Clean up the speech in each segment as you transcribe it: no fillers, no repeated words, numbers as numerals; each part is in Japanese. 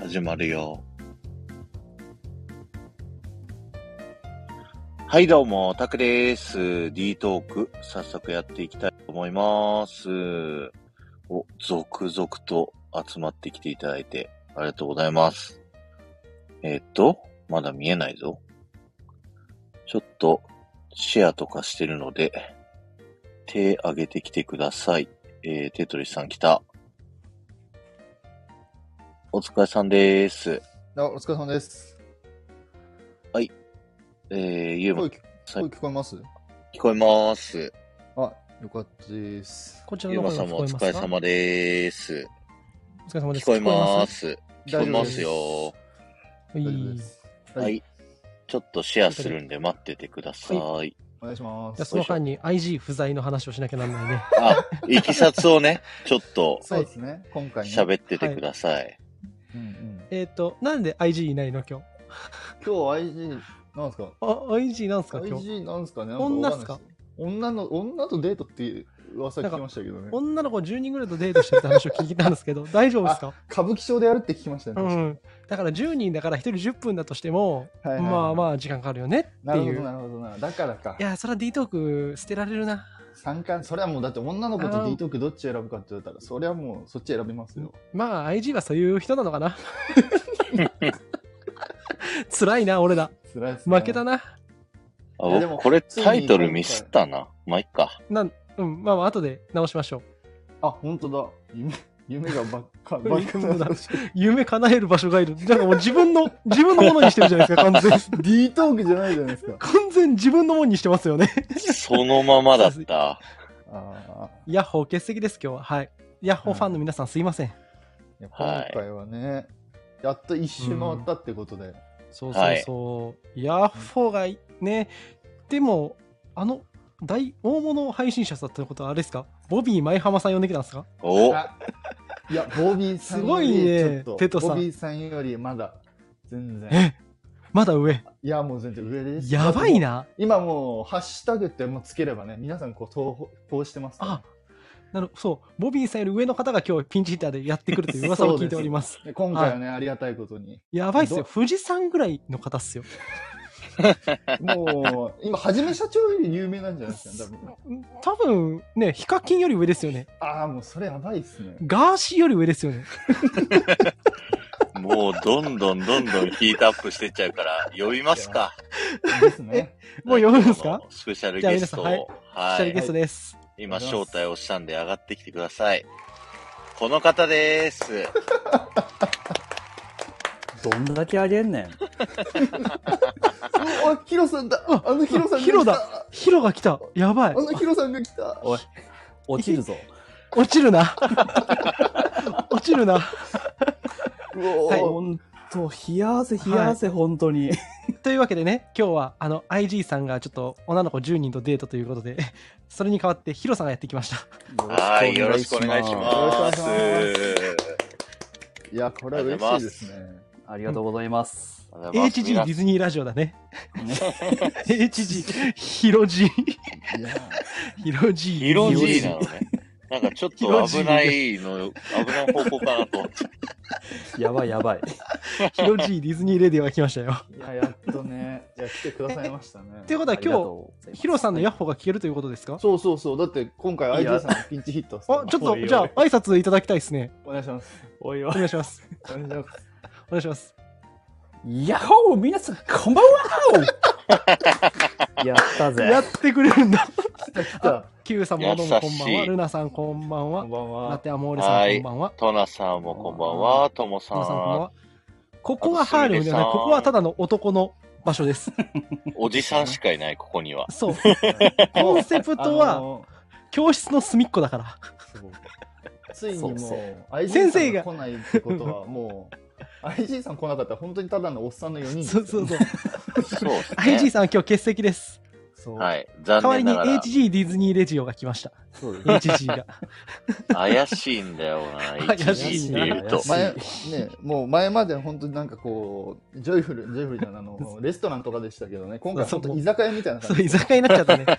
始まるよ。はいどうも、タクです。D トーク、早速やっていきたいと思います。続々と集まってきていただいてありがとうございます。まだ見えないぞ。ちょっとシェアとかしてるので、手挙げてきてください。テトリスさん来た。お疲れさんです。 お疲れ様です。 はい。ゆうま、 声聞こえます？ 聞こえます。 あ、よかったです。 こちらゆうまさんもお疲れ様です。 お疲れ様です。 聞こえます。聞こえますよ。 大丈夫です。 はい。ちょっとシェアするんで待っててください。 お願いします。 じゃあその間に IG 不在の話をしなきゃなんないね。 あ、いきさつをね、ちょっとそうですね。今回ね。 喋っててください。 なんで IG いないの今日？ 今日 IG なんですか ？IG なんですか今日？ IG なんですかね。 女っすか？ 女とデートっていう噂聞きましたけどね。 女の子10人ぐらいとデートしてるって話を聞いたんですけど、大丈夫ですか？ 歌舞伎町でやるって聞きましたね。 だから10人だから1人10分だとしても、まあまあ時間かかるよねっていう。 なるほど。だからか。 いや、それは D トーク捨てられるな。 それはもうだって女の子と D トークどっち選ぶかって言われたら、それはもうそっち選びますよ。 まあ IG はそういう人なのかな。辛いな、俺ら。 辛いですね。 負けたな。 僕これタイトルミスったな。まあ、いっか。 まあ後で直しましょう。 あ、本当だ。夢が夢叶える場所がいる。なんかもう自分のものにしてるじゃないですか、完全に。 D トークじゃないじゃないですか。 完全自分のものにしてますよね。 そのままだった。 ヤッホー欠席です、今日は。はい。ヤッホーファンの皆さんすいません。 今回はね、やっと一周回ったってことで。 そうそう。ヤッホーがね、でも、大物配信者だったことはあれですか？ボビー舞浜さん呼んできたんですか？ いや、ボビーさんよりちょっと、 テトさん。 ボビーさんよりまだ、全然。 まだ上？ いや、もう全然上です。 やばいな。 今もう、ハッシュタグってもうつければね、皆さんこう投稿してますから。 そう、ボビーさんより上の方が今日ピンチヒッターでやってくるという噂を聞いております。 今回はね、ありがたいことに。 やばいっすよ。富士山ぐらいの方っすよ。 もう、今、はじめ社長より有名なんじゃないですか、 多分ね、ヒカキンより上ですよね。 もうそれやばいっすね。 ガーシーより上ですよね。 もうどんどんヒートアップしてっちゃうから、呼びますか。 ですね。 もう呼ぶんですか？ スペシャルゲストを。 スペシャルゲストです。 今、招待をしたんで上がってきてください。この方でーす。 どんだけあげんねん。 ヒロさんだ。ヒロさんが来た。 ヒロが来た。やばい。 ヒロさんが来た。 おい、落ちるぞ。 落ちるな。落ちるな。 ほんと、冷や汗、ほんとに。 というわけでね、今日はIG さんがちょっと女の子10人とデートということで、それに代わってヒロさんがやってきました。 はい、よろしくお願いします。 いや、これは嬉しいですね。 ありがとうございます。 HG ディズニーラジオだね。HG、ヒロ G。ヒロ G。 ヒロ G なのね。なんかちょっと危ない方向かなと思って。 やばい。 ヒロ G ディズニーレディオが来ましたよ。 いや、やっとね、来てくださいましたね。 っていうことは今日、ヒロさんのヤッホーが聞けるということですか？ そう。だって今回 IG さんのピンチヒット。 ちょっと、じゃあ挨拶いただきたいですね。 お願いします。 お願いします。 やっほー皆さん、こんばんはやったぜ。 やってくれるんだ。 来た。 Q さんもどうもこんばんは。ルナさんこんばんは。ラテアモーレさんこんばんは。 トナさんもこんばんは。トモさん。 ここはハーレムではない。ここはただの男の場所です。 おじさんしかいない、ここには。 そう。コンセプトは、教室の隅っこだから。 ついにもう、先生が来ないってことはもう、IG さん来なかったら本当にただのおっさんの4人です。 そう。IG さんは今日欠席です。 はい。残代わりに念ながら。 HG ディズニーレジオが来ました。HG が。 怪しいんだよな、HG って言うと。 もう前までは本当になんかこう、ジョイフルじゃないレストランとかでしたけどね、今回は本当居酒屋みたいな感じ。 そう、居酒屋になっちゃったね。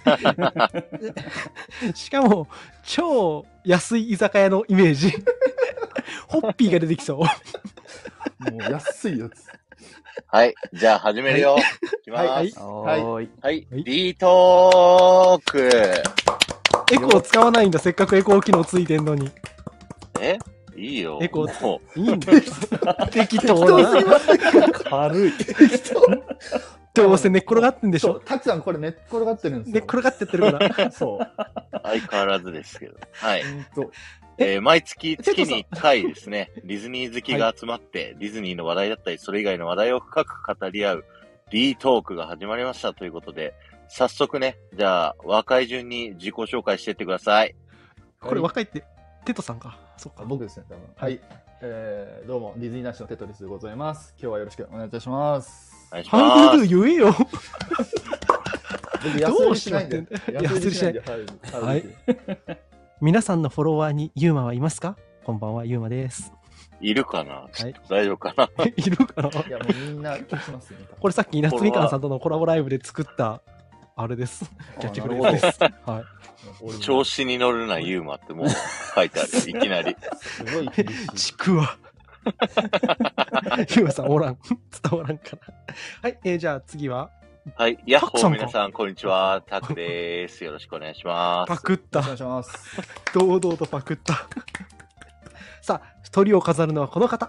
しかも、超安い居酒屋のイメージ。ホッピーが出てきそう。 もう安いやつ。 はい。じゃあ始めるよ。いきます。 はいはーい。 はい。 はい D トーク。 エコー使わないんだ、せっかくエコー機能ついてんのに。 えいいよ。 エコーもういいんだよ。適当な。 軽い。 どうせ寝っ転がってんでしょ。 たくさんこれ寝っ転がってるんですよ。 寝っ転がってってるから。 そう。 相変わらずですけど。はい。 ほんと。 毎月月に1回ですね、ディズニー好きが集まって、ディズニーの話題だったり、それ以外の話題を深く語り合う D トークが始まりましたということで、早速ね、じゃあ、若い順に自己紹介していってください。 これ若いって、テトさんか。そっか。 僕ですね、多分。はい。どうも、ディズニーナッシュのテトリスでございます。今日はよろしくお願いいたします。 お願いしハンます。 グル言えよ。 僕、安売りしないんで。 どうしようって安売りしないんで。 はい皆さんのフォロワーにユーマはいますか？こんばんは、ユーマです。 いるかな、 はい大丈夫かな。 いるかないや、もうみんな消しますよね。 これさっき夏みかんさんとのコラボライブで作った、あれです。キャッチフレーズです。はい。 俺も調子に乗るなユーマってもう書いてある。いきなり。 すごい厳しい。 ちくわ。ユーマさんおらん。伝わらんかな。はい、じゃあ次は、 はい。ヤッホータクさんか皆さん、こんにちは。タクでーす。よろしくお願いします。 パクったお願い。します。 堂々とパクった。さあ、鳥を飾るのはこの方。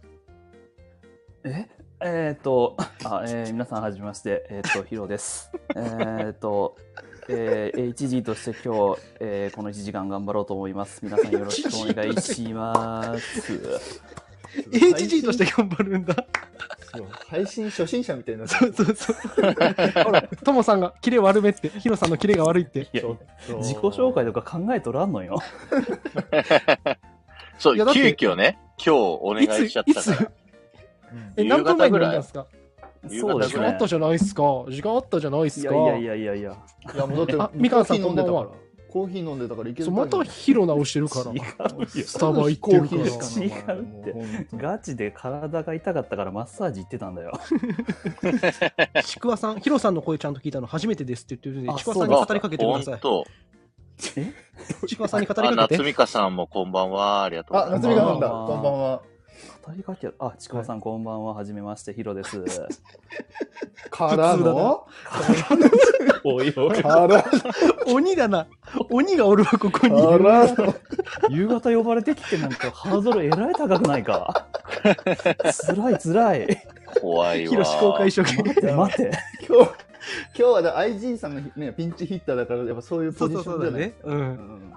皆さんはじめまして、ヒロです。HG として今日、この1時間頑張ろうと思います。皆さんよろしくお願いします。 HG として頑張るんだ。 そう配信初心者みたいな。 そうそうそう。ほら、トモさんがキレ悪めって、ヒロさんのキレが悪いって。 いやちょっと自己紹介とか考えとらんのよ。 そう、 いやだって急遽ね、今日お願いしちゃったから。夕何分前に方ぐらい飲んだんですか？ そうですね時間あった。じゃないですか。時間あったじゃないですか。 いやいやいやいやいや。 いや、もうだって、 あみかんさんコーヒー飲んでたからこんばん。 コーヒー飲んでたからいける。 そうまたヒロ直してるから。 違うよ。 スタバ行ってるからコーヒーしか飲まない違うってもう本当にガチで体が痛かったからマッサージ行ってたんだよ。 ちくわさん、ヒロさんの声ちゃんと聞いたの初めてですって言ってるんで、 あちくわさんに語りかけてくださ本当。 い。ちくわさんに語りかけて。 夏美香さんもこんばんは。ありがとうごあ、 ざいます。 夏美が飲んだ。 こんばんはこんばんは。 語りかける。あ、ちくわさん、こんばんは。はじめまして、ヒロです。 からのおいおい。 から鬼だな。鬼がおるわ、ここに。 からの夕方呼ばれてきてなんかハードルえらい高くないか。つらいつらい。 怖いわ。 ヒロ思考回初期。 待って待って。 今日はだ IG さんがね、ピンチヒッターだから、やっぱそういうポジそうそうそうだションじゃないね。うん。 うん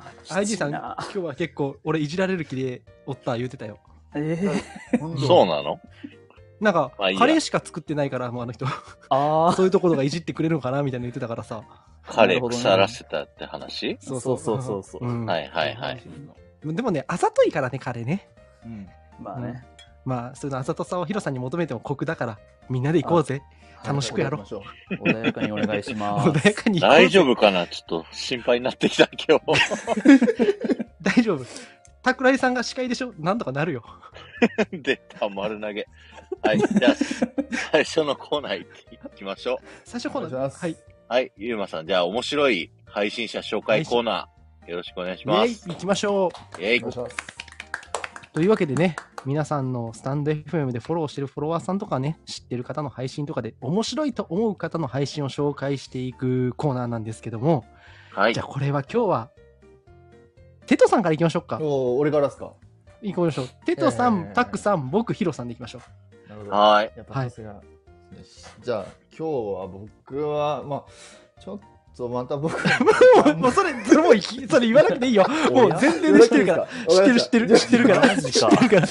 IG さん、 きついな今日は結構、俺いじられる気でおった言うてたよ。 本当そうなの？ なんか、 まあいいやカレーしか作ってないから、もうあの人、 あそういうところがいじってくれるのかなみたいなの言ってたからさ。 彼腐らせたって話？ そうそうそうそううんはいはいはい。 でもね、あざといからね、彼ね。 うんあ。まあね。 まあ、そのあざとさをヒロさんに求めても酷だから、みんなで行こうぜ。楽しくやろう。 しょ穏やかにお願いします。 穏やかに行こうぜ。 大丈夫かな？ちょっと心配になってきた今日。 大丈夫。桜井さんが司会でしょなんとかなるよ。 出た、丸投げ。はい。じゃあ、最初のコーナー行きましょう。 最初この、 お願いしますはい。 はい。ゆうまさん、じゃあ、面白い配信者紹介コーナー、よろしくお願いしイェイます。 行きましょう。 イェイお願いします。 というわけでね、皆さんのスタンド FM でフォローしてるフォロワーさんとかね、知ってる方の配信とかで面白いと思う方の配信を紹介していくコーナーなんですけども、 はいじゃあ。これは今日は、テトさんからいきましょうか。 おー俺からですか。 いきましょう。テトさん、タックさん、僕、ヒロさんでいきましょう。 なるほど。 はい。 やっぱさすが。よしじゃあ、今日は僕は、まあ、ちょっとまた僕もうそれ言わなくていいよ。もう全然知ってるから。知ってるから。 マジか知ってるから。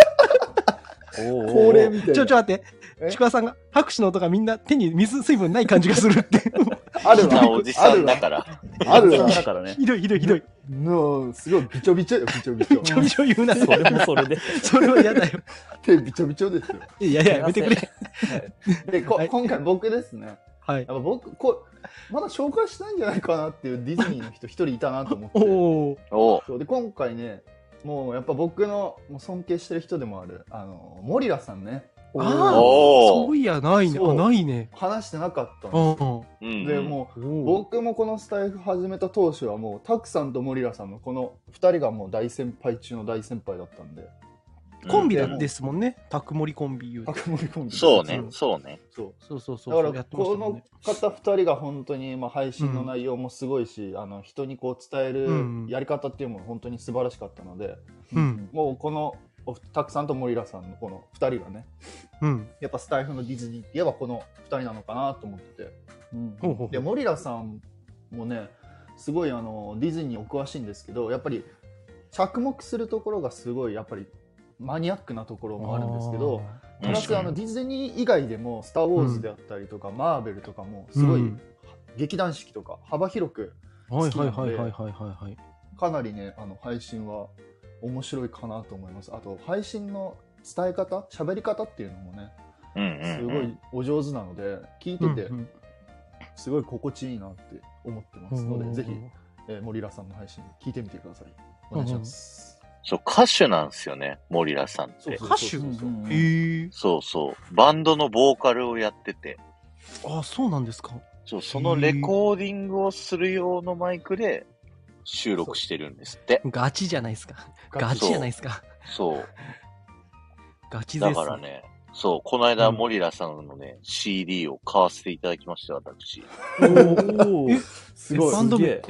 恒例みたいな。 ちょっと待って。 えちくわさんが拍手の音がみんな手に水分ない感じがするって。 あるそんなおわ。 じさんだから。 あるわ。 だからね。 ひどいひどいひどい。 のすごいびちょびちょよ、びちょびちょ。 ちょびちょ言うな。 それもそれで。 それは嫌だよ。 手びちょびちょですよ。 いやいや、やめてくれ。 で、 はい今回僕ですね。 はいやっ。ぱ僕まだ紹介したいんじゃないかなっていうディズニーの人一人いたなと思って。 おお。 おそうで今回ね、もうやっぱ僕のもう尊敬してる人でもあるモリラさんね、 ああ、 おーそういや、ないね。 そうあ、ないね。 話してなかったんうですよ。 んうん。 でもううん。 僕もこのスタイフ始めた当初はもうタクさんとモリラさんのこの2人がもう大先輩中の大先輩だったんで、 コンビですもんね。タクモリコンビ言うと。 タクモリコンビ。 そうね、そうね。 そうそうそう。 だからやってましたこのもんね。 方2人が本当にまあ配信の内容もすごいし、人にこう伝えるやり方っていうのも本当に素晴らしかったので、 うん。 もうこのたくさんとモリラさんのこの2人がね、 うん。 やっぱスタイフのディズニーって言えばこの2人なのかなと思ってて、 ほうほうでモリラさんもねすごいディズニーお詳しいんですけど、やっぱり着目するところがすごいやっぱりマニアックなところもあるんですけど、プラスディズニー以外でも「スター・ウォーズ」であったりとか、マーベルとかもすごい劇団四季とか幅広く好きなので、かなりね配信は面白いかなと思います。あと配信の伝え方、喋り方っていうのもね、すごいお上手なので聞いててすごい心地いいなって思ってますので、ぜひモリラさんの配信聞いてみてください。お願いします。 そう、歌手なんですよね、モリラさんって。 歌手？へえ。 そうそう。バンドのボーカルをやってて。 あ、そうなんですか。 そう、そのレコーディングをする用のマイクで収録してるんですって。 ガチじゃないですか。ガチじゃないですか。 そう。 ガチです。 だからね、そう、この間、モリラさんのね、CD を買わせていただきましたよ、私。 おー、すごい。 バンドで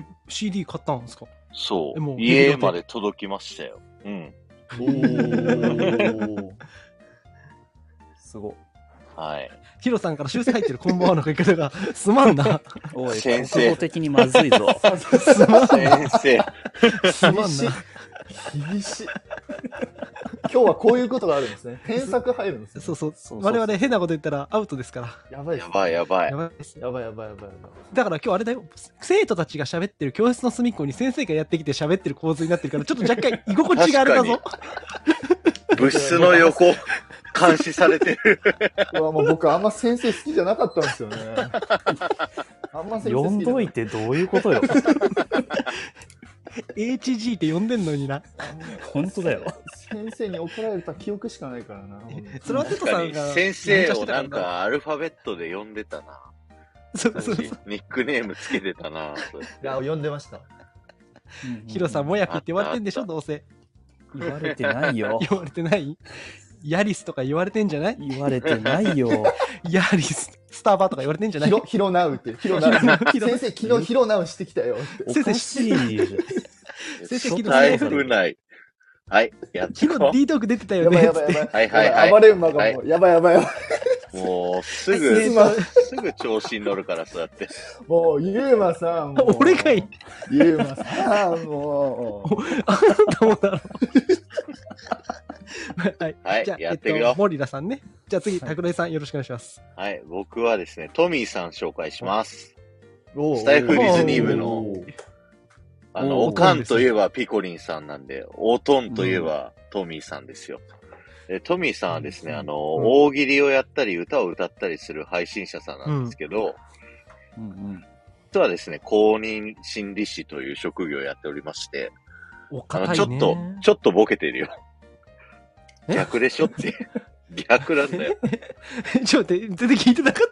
CD 買ったんですか？ そう。家まで届きましたよ。うん。 おー。すごい。 はい。ヒロさんから修正入ってるこんばんはの書き方がすまんな。 おい、先生。国語的にまずいぞ。 すまんな。 先生。 すまんな。 厳しい。今日はこういうことがあるんですね。添削入るんですね。 そうそう。我々変なこと言ったらアウトですから。 やばい。 やばい。 やばい。 だから今日あれだよ。生徒たちが喋ってる教室の隅っこに先生がやってきて喋ってる構図になってるから、ちょっと若干居心地があれだぞ。 部室の横、監視されてる。 もう僕あんま先生好きじゃなかったんですよね。あんま先生好きじゃなかった。 呼んどいてどういうことよ。 HG って呼んでんのにな。 本当だよ。 先生に怒られた記憶しかないからな。 それはテトさんが先生をなんかアルファベットで呼んでたな。 そう。 ニックネームつけてたな。 いや、呼んでました。 ヒロさん、もやきって言われてんでしょ、どうせ。 言われてないよ。 言われてない？ヤリスとか言われてんじゃない？ 言われてないよ。 ヤリス、スターバーとか言われてんじゃない？ ヒロナウって。ヒロナウ。先生、昨日ヒロナウしてきたよって。 おかしい。 先生、 昨日台風ない。はい、やってこう。 昨日 D トーク出てたよね。 やばい。 はい。 暴れ馬がもう、やばい。 もう、すぐ調子に乗るから、そうやって。 もう、ユーマさん。 俺かい。 ユーマさん、もう。 あなたもだろ。 はい、 じゃあ、 やっていくよ。 モリラさんね。じゃあ次、桜井さんよろしくお願いします。 はい、僕はですね、トミーさん紹介します。スタイフディズニー部の、おかんといえばピコリンさんなんで、おとんといえばトミーさんですよ。トミーさんはですね、大喜利をやったり歌を歌ったりする配信者さんなんですけど、実はですね、公認心理師という職業をやっておりまして、ちょっとボケてるよ。逆でしょって。逆なんだよ。 ちょっと待って、全然聞いてなかった。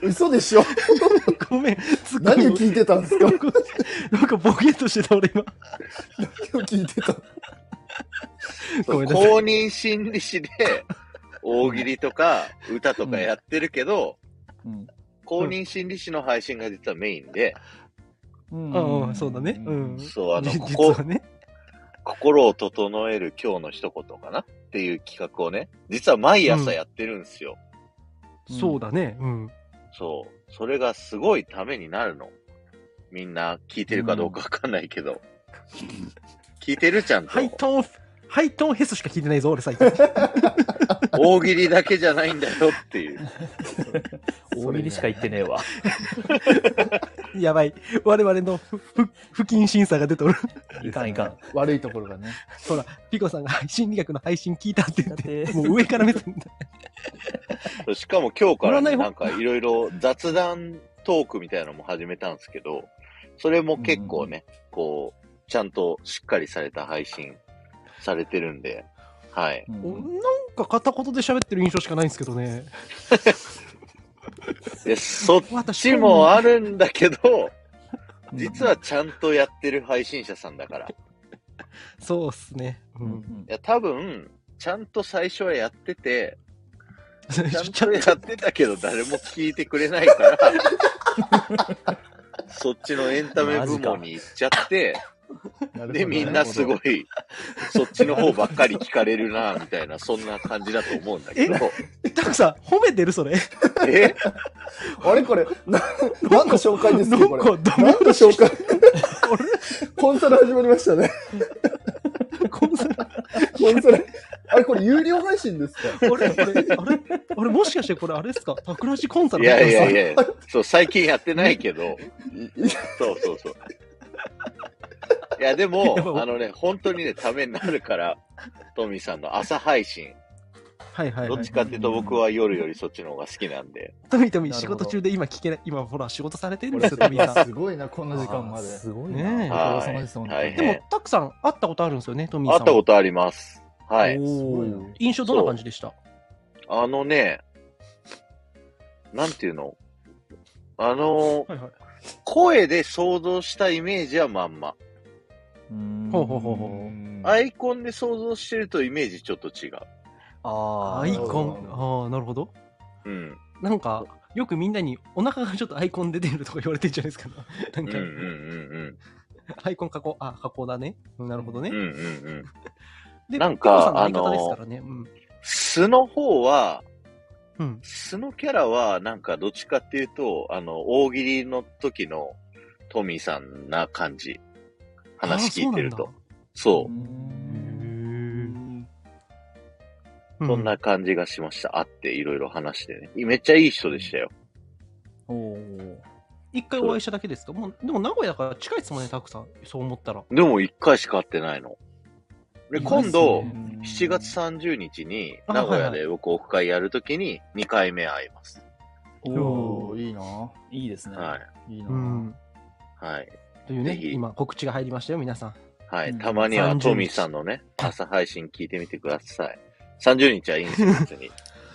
嘘でしょごめん。 何を聞いてたんですか？ なんかボケっとしてた俺今。 何を聞いてた？ 公認心理師で大喜利とか歌とかやってるけど、公認心理師の配信が実はメインで、 そうだね。 そう、 実はね。 心を整える今日の一言かなっていう企画をね、実は毎朝やってるんですよ。 そうだね。 そう。それがすごいためになるの。みんな聞いてるかどうかわかんないけど。聞いてるちゃんと。 ハイトーンヘスしか聞いてないぞ、俺最近。 大喜利だけじゃないんだよっていう。 大喜利しか言ってねえわ。 やばい。我々の不謹慎さが出とる。 いかん。 悪いところがね。 ほら、ピコさんが心理学の配信聞いたって言って、もう上から目線だ。しかも今日からね、なんかいろいろ雑談トークみたいなのも始めたんですけど、それも結構ね、こう、ちゃんとしっかりされた配信されてるんで、はい。 なんか片言で喋ってる印象しかないんですけどね。 そっちもあるんだけど、実はちゃんとやってる配信者さんだから。 そうっすね。ううんん。 いや、多分、ちゃんと最初はやってて、ちゃんちゃんとやってたけど誰も聞いてくれないから、そっちのエンタメ部門に行っちゃって、で、みんなすごい、そっちの方ばっかり聞かれるな、みたいな、そんな感じだと思うんだけど。 タクさん、褒めてるそれ。 えあれこれ、何の紹介ですかこれ。 なんかダメ何の紹介あれコンサル始まりましたね。 コンサルコンサル。あれこれ有料配信ですかあれもしかしてこれあれですかタクラジコンサルいやいや入っていや、そう、最近やってないけど、そうそうそう。いや、でも、本当にね、ためになるから、トミーさんの朝配信。 ますはいはいはい。 どっちかっていうと僕は夜よりそっちの方が好きなんで。 トミーなるほど仕事中で今聞けない。今ほら仕事されてるんですよ、トミーさん。 すごいな、こんな時間まで。 すごいねえな。 お疲れ様です、本当に。 大変でも、タクさん会ったことあるんですよね、トミーさん。 会ったことあります。はい。 おすごいなー印象どんな感じでした？ なんていうのはいはい。 声で想像したイメージはまんま。 ほうほうほうほう。 アイコンで想像してるとイメージちょっと違う。 あアイコなるン。ああ、なるほど。 うん。 なんか、よくみんなにお腹がちょっとアイコン出てるとか言われてるじゃないですか。なんか、 うんうんうんアイコン加工、加工だね。なるほどね。 うん。うんうんうん。 で、 なんかピコさんの相方ですからね。うん。 素の方は、 うん。 素のキャラは、なんかどっちかっていうと、大喜利の時のトミーさんな感じ。話聞いてると。そう。そんな感じがしました。会っていろいろ話してね。めっちゃいい人でしたよ。 おー一回お会いしただけですか？もう、でも名古屋から近いですもんね、たくさん。そう思ったら。 でも一回しか会ってないの。で、 いいですね今度、7月30日に名古屋で僕オフ会やるときに2回目会います。 おー、いいな。 いいですね。 はいいな。 うん。 い。はい。 というね、 ぜひ今告知が入りましたよ、皆さん。 はい。 うんたまにはトミーさんのね、朝配信聞いてみてください。30日はいいんですよ、別に。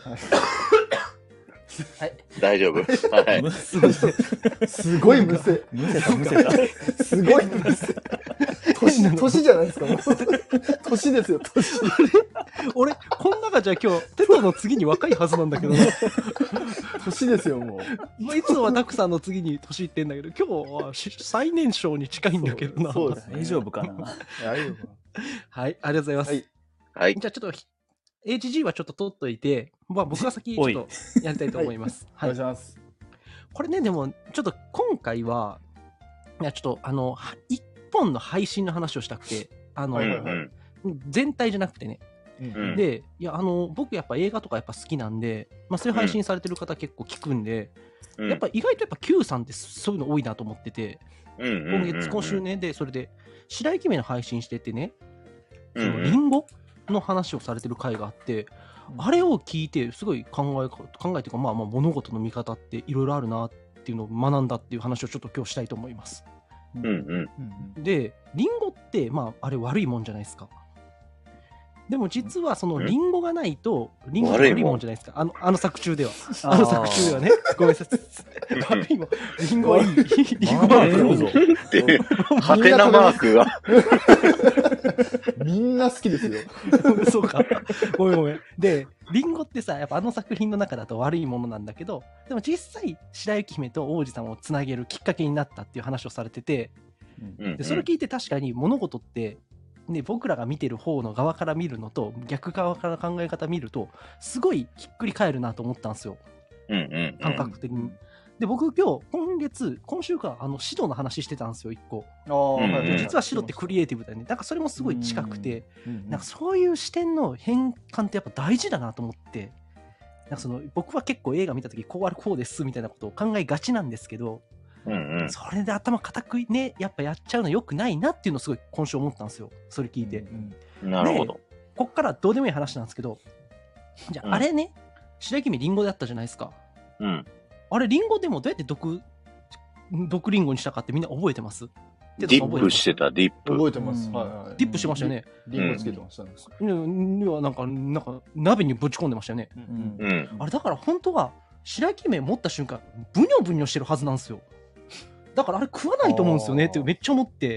はい。 大丈夫。はい。 むせすごいむせ。 むせたむせた。 すごいむせ。年じゃないですか、もう。年ですよ、年。 俺、この中じゃ今日、テトの次に若いはずなんだけどな。 年ですよ、もう。 まあいつもはタクさんの次に年いってんだけど、今日は最年少に近いんだけどな。 そうですね。 大丈夫かな。 大丈夫かはい、ありがとうございます。 はいはい。 じゃあちょっと、HG はちょっと取っといて、まあ僕が先ちょっとやりたいと思います。 な。おはい願いし。ます。 これね、でも、ちょっと今回は、いや、ちょっと一本の配信の話をしたくて、 うんはいはいうん。 全体じゃなくてね。 うんで、いや、僕やっぱ映画とかやっぱ好きなんで、まあそういう配信されてる方結構聞くんで、 うんやっぱ意外とやっぱ Q さんってそういうの多いなと思ってて、 今今週ね、で、それで、白雪姫の配信しててね、そのリうんンゴの話をされてる回があって、あれを聞いて、すごい考えというか、まあ物事の見方っていろいろあるなっていうのを学んだっていう話をちょっと今日したいと思います。 うんうん。 で、リンゴって、まあ、あれ悪いもんじゃないですか。でも実はそのリンゴがないと、リンゴって悪いもんじゃないですか。あの作中では。あの作中ではね。ごめんなさい。悪いもん。リンゴはいい。リンゴは悪いもん。 で、ハテナマークが。 みんな好きですよ。 そうか。ごめんごめん。で、リンゴってさ、やっぱあの作品の中だと悪いものなんだけど、でも実際、白雪姫と王子様をつなげるきっかけになったっていう話をされてて、でそれ聞いて確かに物事って、ね、僕らが見てる方の側から見るのと逆側から考え方見るとすごいひっくり返るなと思ったんですよ、感覚的に。で僕今週かシドの話してたんですよ1個。実はシドってクリエイティブだよね。なんかそれもすごい近くて、なんかそういう視点の変換ってやっぱ大事だなと思って、なんか僕は結構映画見た時こうあるこうですみたいなことを考えがちなんですけど、それで頭固くね、やっぱやっちゃうの良くないなっていうのをすごい今週思ったんですよ。それ聞いて。 なるほど。 こっからどうでもいい話なんですけど、じゃあ、あれね、白雪姫リンゴだったじゃないですか。あれリンゴでもどうやって毒リンゴにしたかってみんな覚えてます？ ディップしてた、ディップ。 覚えてます。 ディップしてましたよね。 リンゴつけてましたね。 なんか鍋にぶち込んでましたよね。あれだから本当は白雪姫持った瞬間ブニョブニョしてるはずなんですよ。だからあれ食わないと思うんですよねってめっちゃ思って、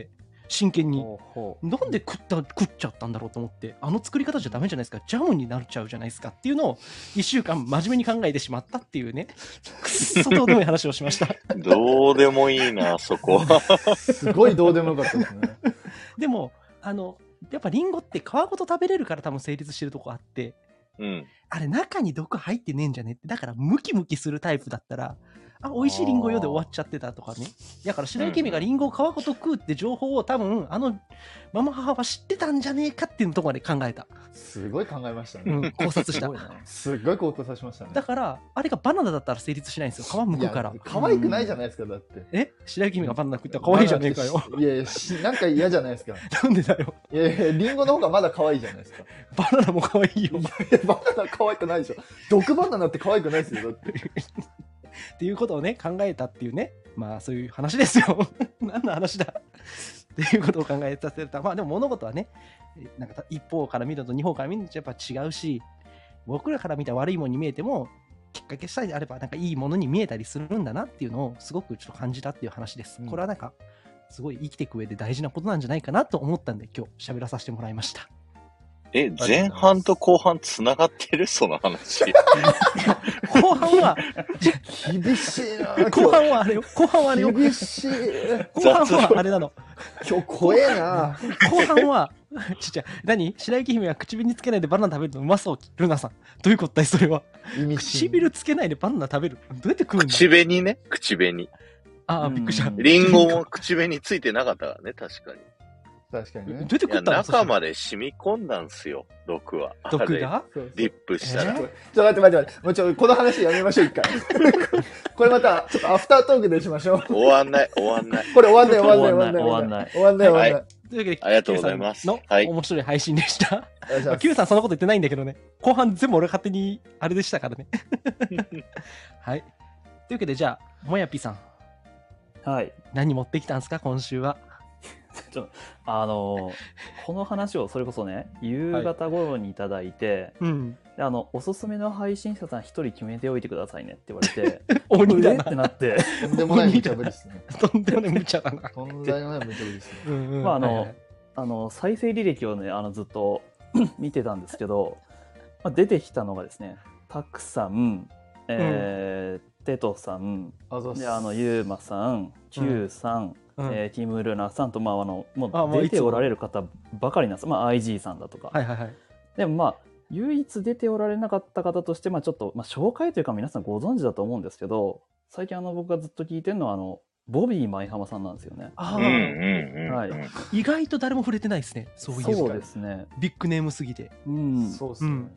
真剣に。 ほうほなんで食っちゃったんだろうと思って、あの作り方じゃダメじゃないですか、ジャムになっちゃうじゃないですかっていうのを1週間真面目に考えてしまったっていうね、くっそどうでもいい話をしました。 どうでもいいな、そこ。 すごいどうでもよかったですね。 でも、やっぱリンゴって皮ごと食べれるから多分成立してるとこあって、 うん。 あれ中に毒入ってねえんじゃねって、だからムキムキするタイプだったら、あ、美味しいリンゴよで終わっちゃってたとかね。だから白雪姫がリンゴを皮ごと食うって情報を多分、ママ母は知ってたんじゃねえかっていうところまで考えた。 すごい考えましたね。 うん、考察した。 すっごい考察しましたね。 だから、あれがバナナだったら成立しないんですよ。皮むくからいや。可愛くないじゃないですか、だって。 白雪姫がバナナ食ったら可愛いじゃねえかよ。 いやいや、なんか嫌じゃないですか。 なんでだよ。 いやいや、リンゴの方がまだ可愛いじゃないですか。 バナナも可愛いよ。 いや、バナナ可愛くないでしょ。毒バナナって可愛くないですよ、だって。 っていうことをね、考えたっていうね。まあ、そういう話ですよ。何の話だっていうことを考えさせた。まあ、でも物事はね、なんか一方から見るのと二方から見るのとやっぱ違うし、僕らから見た悪いものに見えても、きっかけさえあれば、なんかいいものに見えたりするんだなっていうのをすごくちょっと感じたっていう話です。これはなんか、すごい生きていく上で大事なことなんじゃないかなと思ったんで、今日喋らさせてもらいました。 前半と後半つながってるその話。 後半は、 厳しいな後半はあれよ。後半はあれよ。 厳しい。 後半はあれなの。 今日怖えな後半は、何白雪姫は唇につけないでバナナ食べるのうまそう。ルナさん。どういうことだいそれは。唇つけないでバナナ食べる。どうやって食うんだ口紅ね、口紅。 ああ、びっくりした。 リンゴも口紅ついてなかったからね、確かに。 確かにね。 どうやって食ったの中まで染み込んだんすよ、毒は。 毒がリップしたら。 ちょっと待って。もうこの話やめましょう、一回。これまた、ちょっとアフタートークでしましょう。 終わんない。 これ終わんない。 はい。 というわけで、 ありがとうございます。 の面白い配信でした。Q さんそんなこと言ってないんだけどね。後半全部俺勝手にあれでしたからね。はい。というわけで、じゃあ、もやぴさん。 はい。 何持ってきたんですか、今週は。 この話をそれこそね、夕方頃にいただいて、おすすめの配信者さん一人決めておいてくださいねって言われて、 鬼だなってなって。 とんでもない無茶ぶりですね。 とんでもない無茶だな。 とんでもない無茶ぶりですね。 まあ再生履歴をね、ずっと見てたんですけど、出てきたのがですね、たくさん、テトさん、でゆうまさん、Q さん、ティム・ルナさんと、もう出ておられる方ばかりなんです。IG さんだとか。でも唯一出ておられなかった方として、ちょっと、紹介というか皆さんご存知だと思うんですけど、最近僕がずっと聞いてるのは、ボビー舞浜さんなんですよね。 意外と誰も触れてないですね。そうですね。 ビッグネームすぎて。 そうですね。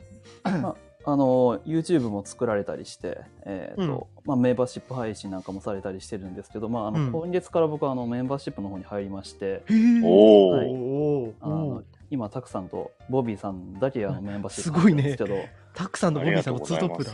YouTube も作られたりして、メンバーシップ配信なんかもされたりしてるんですけど、今月から僕はメンバーシップの方に入りまして、今たくさんとボビーさんだけメンバーシップなんですけど、 たくさんとボビーさんもツートップだ。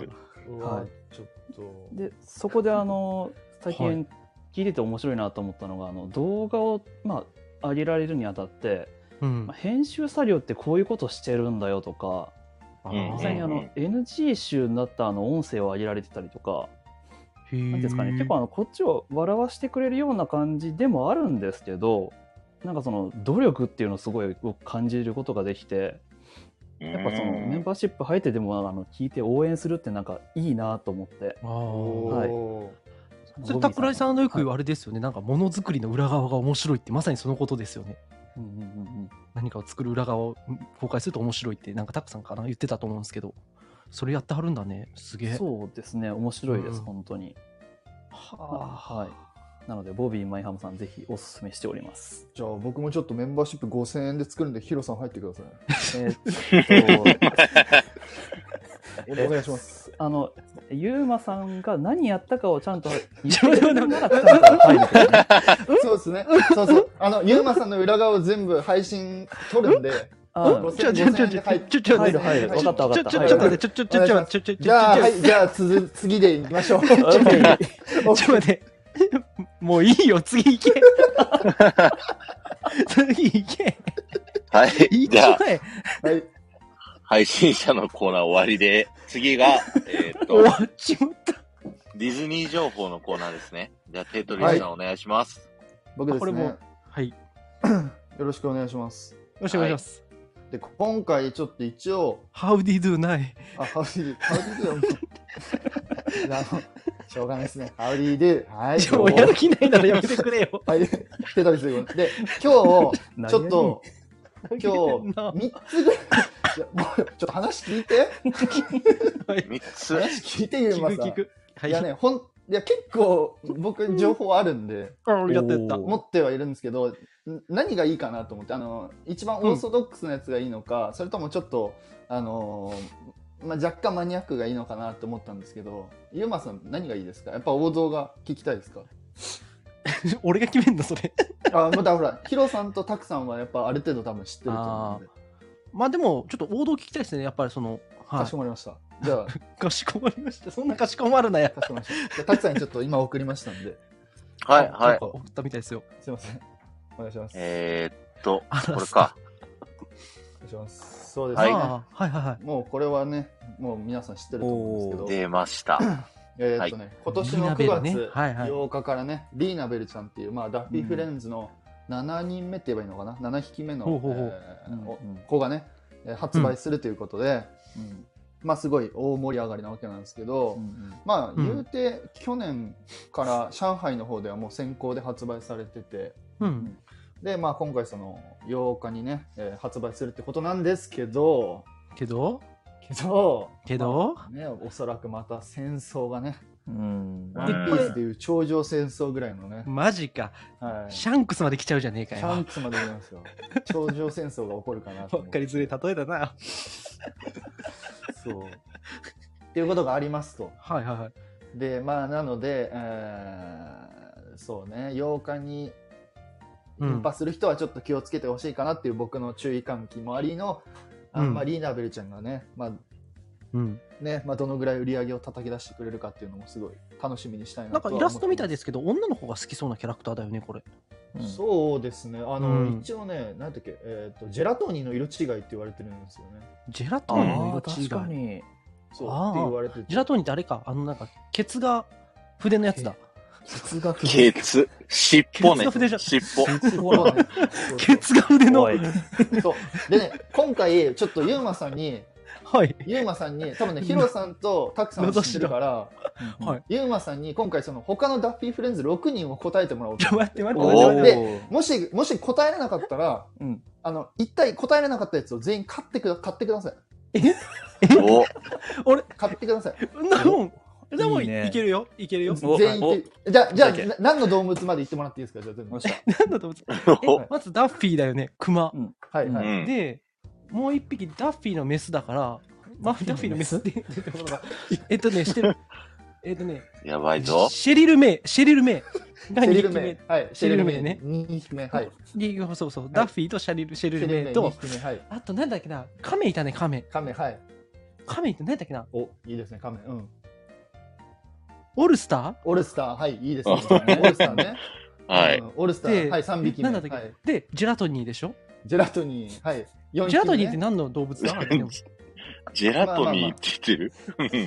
でそこで最近聞いてて面白いなと思ったのが、動画を上げられるにあたって、編集作業ってこういうことしてるんだよとか、実際にNG 集になった音声を上げられてたりとか、なんですかね、結構こっちを笑わしてくれるような感じでもあるんですけど、なんかその努力っていうのをすごい感じることができて、やっぱそのメンバーシップ入ってでも聞いて応援するってなんかいいなと思って。 それ桜井さんのよく言うあれですよね、なんかものづくりの裏側が面白いってまさにそのことですよね。何かを作る裏側を公開すると面白いってなんかたくさんかな言ってたと思うんですけど、それやってはるんだね。すげえ。 そうですね、面白いです、本当に。なのでボビーマイハムさんぜひおすすめしております。 じゃあ僕もちょっとメンバーシップ5000円で作るんでヒロさん入ってください。お願いします。 ゆうまさんが何やったかをちゃんと言ってくれるなら入るけどね。 そうですね。ゆうまさんの裏側を全部配信撮るんで。 ちょっと待って、 じゃあ次で行きましょう。 ちょっと待って。もういいよ、次行け。次行け。 はい。じゃあ、 はい。 配信者のコーナー終わりで、次が、 終わっちまった。 ディズニー情報のコーナーですね。じゃあ、テトリスさんお願いします。 僕ですね。 はい。 よろしくお願いします。 よろしくお願いします。 で、今回ちょっと一応、 How do you do ない。 How do you do しょうがないですね。How do you do はい。 もうやる気ないならやめてくれよ。 はい。手取りする。で、今日、ちょっと、今日、3つぐらい、もうちょっと話聞いて。 3つ話聞いてゆうまさん。 聞く。 いやね、いや結構僕情報あるんで、持ってはいるんですけど、何がいいかなと思って、一番オーソドックスなやつがいいのか、それともちょっと、若干マニアックがいいのかなと思ったんですけど、ゆうまさん何がいいですか？やっぱ王道が聞きたいですか？ 俺が決めんだそれ。 またほら、ヒロさんとタクさんはやっぱある程度多分知ってると思うんで。 まあでもちょっと王道聞きたいですね。やっぱりその、 かしこまりました。じゃあかしこまりました。そんなかしこまるなや。 かしこまりました。タクさんにちょっと今送りましたんで。 はいはい。 送ったみたいですよ。 すいません。お願いします。 これか。 お願いします。そうですね。 はいはいはい。 もうこれはね、もう皆さん知ってると思うんですけど。 出ました。 今年の9月8日からね、リーナベルちゃんっていう、ダッフィーフレンズの7人目って言えばいいのかな、7匹目の子がね、発売するということで、すごい大盛り上がりなわけなんですけど、言うて去年から上海の方ではもう先行で発売されてて、で、今回その8日にね、発売するってことなんですけど、ね、おそらくまた戦争がね、ワンピースでいう頂上戦争ぐらいのね。 マジか。シャンクスまで来ちゃうじゃねえかよ。 シャンクスまで来ますよ。頂上戦争が起こるかなと。 わかりづらい例えだな。 そう。っていうことがありますと。 はいはいはい。 で、なので、そうね、8日に引破する人はちょっと気をつけてほしいかなっていう僕の注意喚起もありの、リーナベルちゃんがね、どのぐらい売り上げを叩き出してくれるかっていうのもすごい楽しみにしたいなとは思ってます。 なんかイラストみたいですけど、女の子が好きそうなキャラクターだよね、これ。 そうですね。一応ね、なんだっけ、ジェラトーニの色違いって言われてるんですよね。 ジェラトーニの色違い。 確かに。 そうって言われてて。 ジェラトーニってあれか、なんかケツが筆のやつだ。 ケツ、尻尾ね。尻尾。 ケツが筆の。 そう。でね、今回ちょっとユーマさんに。 はい、 ユーマさんに多分ねヒロさんとタクさんを知ってるから、ユーマさんに今回その他のダッフィーフレンズ6人を答えてもらおうと。 待ってでもし答えれなかったら、一体答えれなかったやつを全員買ってください。俺買ってください。 でもいけるよ。 全員じゃあ何の動物まで言ってもらっていいですか？じゃあ何の動物？まずダッフィーだよね、クマ。 はいはい。 でもう一匹ダッフィーのメスだから、ダッフィーのメスって言ってものがしてる。 やばいぞ。 シェリルメイが2匹目。はい。シェリルメイね。 2匹目。はい。そうそう。ダッフィーとシェリルメイと、あとなんだっけな、カメいたね、カメ。 はい。 カメって何だっけな。 お、いいですね、カメ。 オルスター、 はい、いいですね。オルスターね。 はい。 オルスター、はい、3匹目。 なんだっけ。で、ジェラトニーでしょ？ ジェラトニー、はい。 ジェラトニーって何の動物だ？ ジェラトニーって言って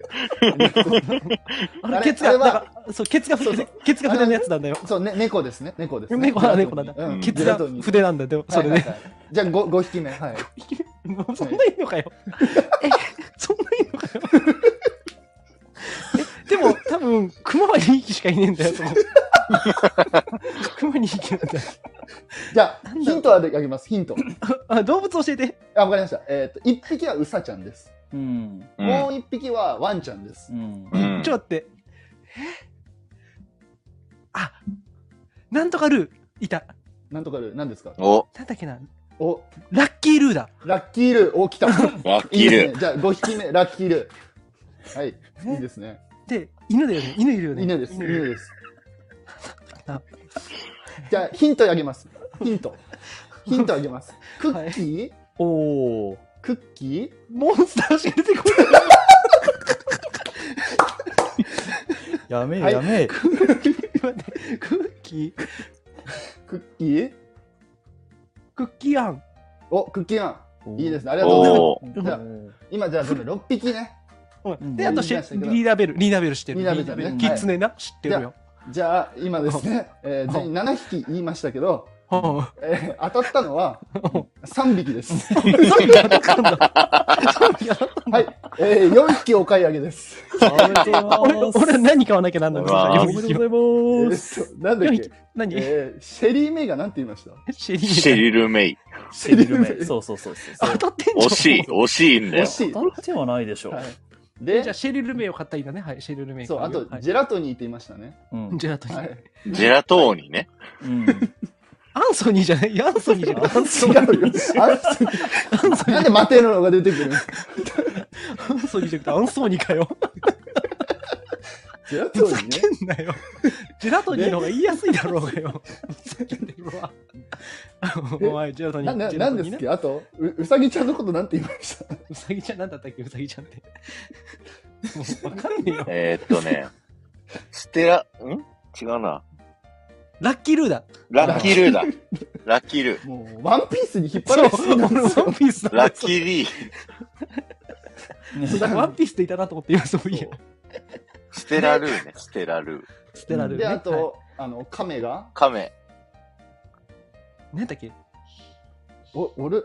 る？ケツが筆のやつなんだよ。 そう、猫ですね。猫なんだ。ケツが筆なんだよ、それで。 じゃあ5匹目。はい。 そんないいのかよ。そんないいのかよ。でも多分クマは2匹しかいねえんだよ。クマ2匹なんだよ。 じゃあヒントあげます。ヒント。 動物教えて。 わかりました。1匹はウサちゃんです。もう1匹はワンちゃんです。 ちょっと待って。なんとかルーいた。 なんとかルー、何ですか？ なんだっけな。ラッキールーだ。 ラッキールー、来た。 ラッキールー。 じゃあ5匹目、ラッキールー。はい、いいですね。 で、犬だよね。犬いるよね。 犬です。じゃあヒントあげます。ヒントあげます。クッキー？クッキー？ モンスターしか出てこない。 やめえ。 クッキー？ クッキーあん。クッキーあん。いいですね。ありがとうございます。今じゃあ6匹ね。 で、あとリーダーベル知ってる。キツネな知ってるよ。 じゃあ今ですね、全員7匹言いましたけど、 は当たったのは3匹です。 3匹当たったんだ。3匹当たったんだ。 はい。4匹お買い上げです。 おめでとうございます。 俺は何買わなきゃなんないのわあおめでとうございます。 なんだっけ何シェリーメイがなんて言いましたシェリーシェリルメイ。 シェリルメイ。そうそうそうそう。 当たってんじゃん。 惜しい、惜しいんだよ惜。しい。 当たってはないでしょう。 はい。でじゃあ、シェリルメイを買ったらいいんだね。はい、シェリルメイ。 そう、あと、 はいジェラトニーって言いましたね。 うん。 ジェラトニー。 はい。 ジェラトーニね。 うん。 アンソニーじゃないアンソニーじゃないアンソニ違うよ。なんでマテのが出てくるんですかアンソニーじゃなくてアンソーニーかよ。 ジェラトふざニーね。 けんなよ。ジェラトニーの方が言いやすいだろうがよ。ふざけてるわ。お前、ジェラトニー。ジェラなんトニーねですっけあと、うさぎちゃんのことなんて言いましたうさぎちゃんなんだったっけうさぎちゃんって。もうわかんねえよ。 違うな。 ラッキールーだ。 ラッキールーだ。ラッキールー。 もう、ワンピースに引っ張られてそう、俺ワンピースだ。 ラッキーリー。 そうだからワンピースでいたなと思って今そういいや。 ステラルーね、ステラルー。 ステラルーね。 で、あはいと、亀が、 カメ。 何だっけオル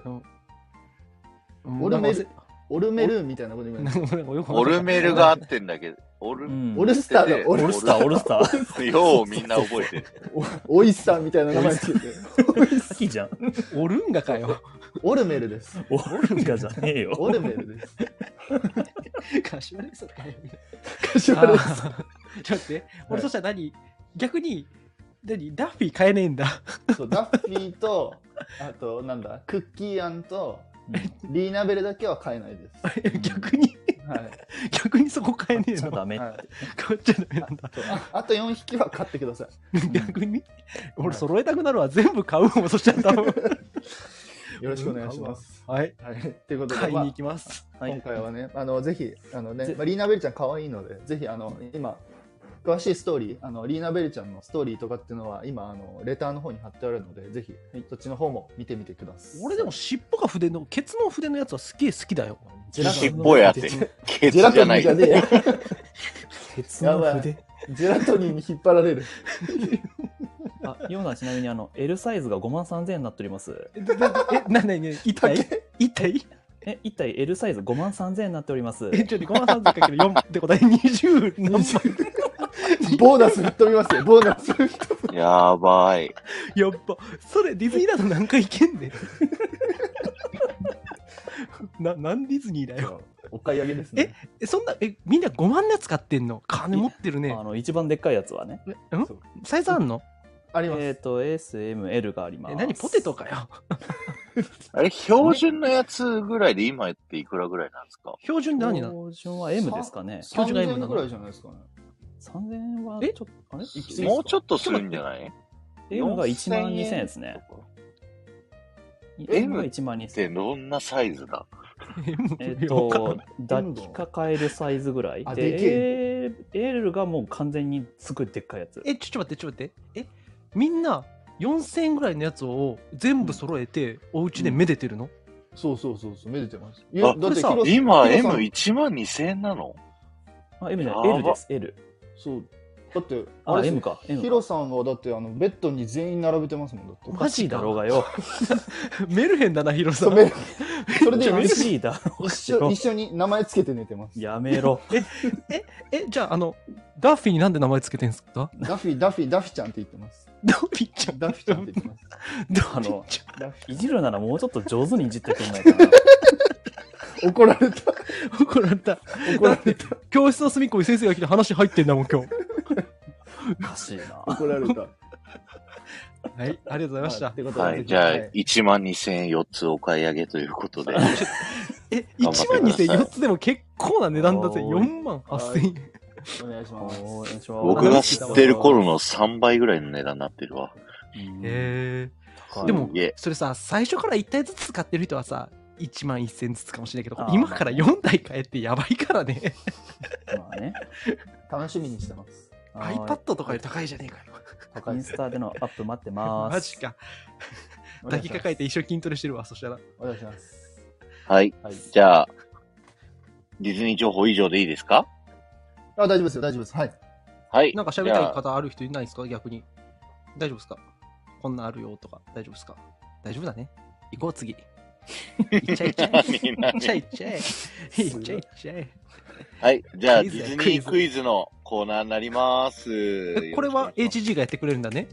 メル、オルメルみたいなこと言いました。 オルメルが合ってんだけど、オルスターだ、 オルスター、オルスター。 ようみんな覚えてる。 オイスターみたいな名前つけて。 秋じゃん。 オルンガかよ。 オルメルです。 オルガじゃねえよ。 オルメルです。 柏レイソンかよ。 柏です。 ちょっと待って。俺そしたら逆に、ダッフィー買えねえんだ。 そう、ダッフィーと、あと、なんだ、クッキーアンと、リーナベルだけは買えないです。 逆に、 はい。 逆にそこ買えねえの。 じゃダメ。 はい買っちゃダメなんだ。 あと4匹は買ってください。 逆に俺揃えたくなるわ。全部買うもん、そしたら多分。 よろしくお願いします。 はい。 はい。ということで、 買いに行きます。 今回はね、ぜひ、リーナベルちゃん可愛いので、ぜひ、今、詳しいストーリー、リーナベルちゃんのストーリーとかっていうのは、今、レターの方に貼ってあるので、ぜひ、そっちの方も見てみてください。 俺でも尻尾が筆の、ケツの筆のやつはすげえ好きだよ。 尻尾やって。ケツジェラじゃないトニーじ。ゃねえよ。 鉄やばいの筆。 ジェラトニーに引っ張られる。 あ、ヨーナちなみにL サイズが53,000円になっております。 一体一体 1体 L サイズ53,000円になっております。 ちょっと5万3000かける4ってことは20何万。 ボーナス吹っ飛びますよ、ボーナス吹っ飛ぶ。 やばい。 やっぱ、それディズニーランド何回行けんねん。なんディズニーだよ。 お買い上げですね。 そんな、みんな5万のやつ買ってんの金持ってるね。 一番でっかいやつはね。 サイズあんのあります。 S、M、L があります。 何ポテトかよ。 あれ、標準のやつぐらいで今っていくらぐらいなんですか？ 標準で何なの？ 標準は M ですかね。 標準が M なの 3000円ぐらいじゃないですかね。 3000円はちょっと、あれもうちょっとするんじゃない？ M が12,000円ですね。M が12,000円。 ってどんなサイズだ？ 抱きかかえるサイズぐらい。 あでけで、L がもう完全にすごいでっかいやつ。 ちょっと待って。みんな4000円ぐらいのやつを全部揃えて、お家でめでてるの？ そう、めでてます。 あだってさ今ヒロさん M1万2000円なの？ あ、M じゃない、L です、L。 そう。だって、 あ、 れ M か。M ヒロさんはだってベッドに全員並べてますもんだって。 マジかだろうがよ。 メルヘンだな、ヒロさ。 そうんそれで嬉しいだろ一緒に名前つけて寝てます。 やめろ。 じゃあ、ダッフィーになんで名前つけてんすか？ ダフィちゃんって言ってます。 ダッフィーちゃん。 ダフィちゃんって言ってます。 ダッフィーちゃん。 ダフいじるならもうちょっと上手にいじってくんないかな。 怒られた。 怒られた。 怒られた。 教室の隅っこに先生が来て話入ってんだもん、今日。 おかしいな。 怒られた。 はい、ありがとうございました。 ってことではい。じゃあ、1万2000円4つお買い上げということで。 1万2400つでも結構な値段だぜ。4万8000円。 お願いします。 お願いします。 僕が知ってる頃の3倍ぐらいの値段になってるわ。 へ高いでもいえ、 それさ、最初から1体ずつ買ってる人はさ、1万1000ずつかもしれないけど、 あー今から4台買えってやばいからね。 まあね。 楽しみにしてます。 はい iPad とかより高いじゃねえかよ。 高いです。 インスタでのアップ待ってます。 マジか。抱きかかえて一生筋トレしてるわ、そしたら。 お願いします。 はい。 はい。 じゃあ、ディズニー情報以上でいいですか？ あ、大丈夫です。はい。 はい。 なんか喋りたい方ある人いないですか逆に。大丈夫ですかこんなんあるよとか、大丈夫ですか？大丈夫だね。行こう、次。行っちゃいっちゃい。行っちゃいっちゃい。行っちゃいっちゃい。 はい。じゃあ、デクイズィズニークイズのコーナーになります。 これは HG がやってくれるんだね。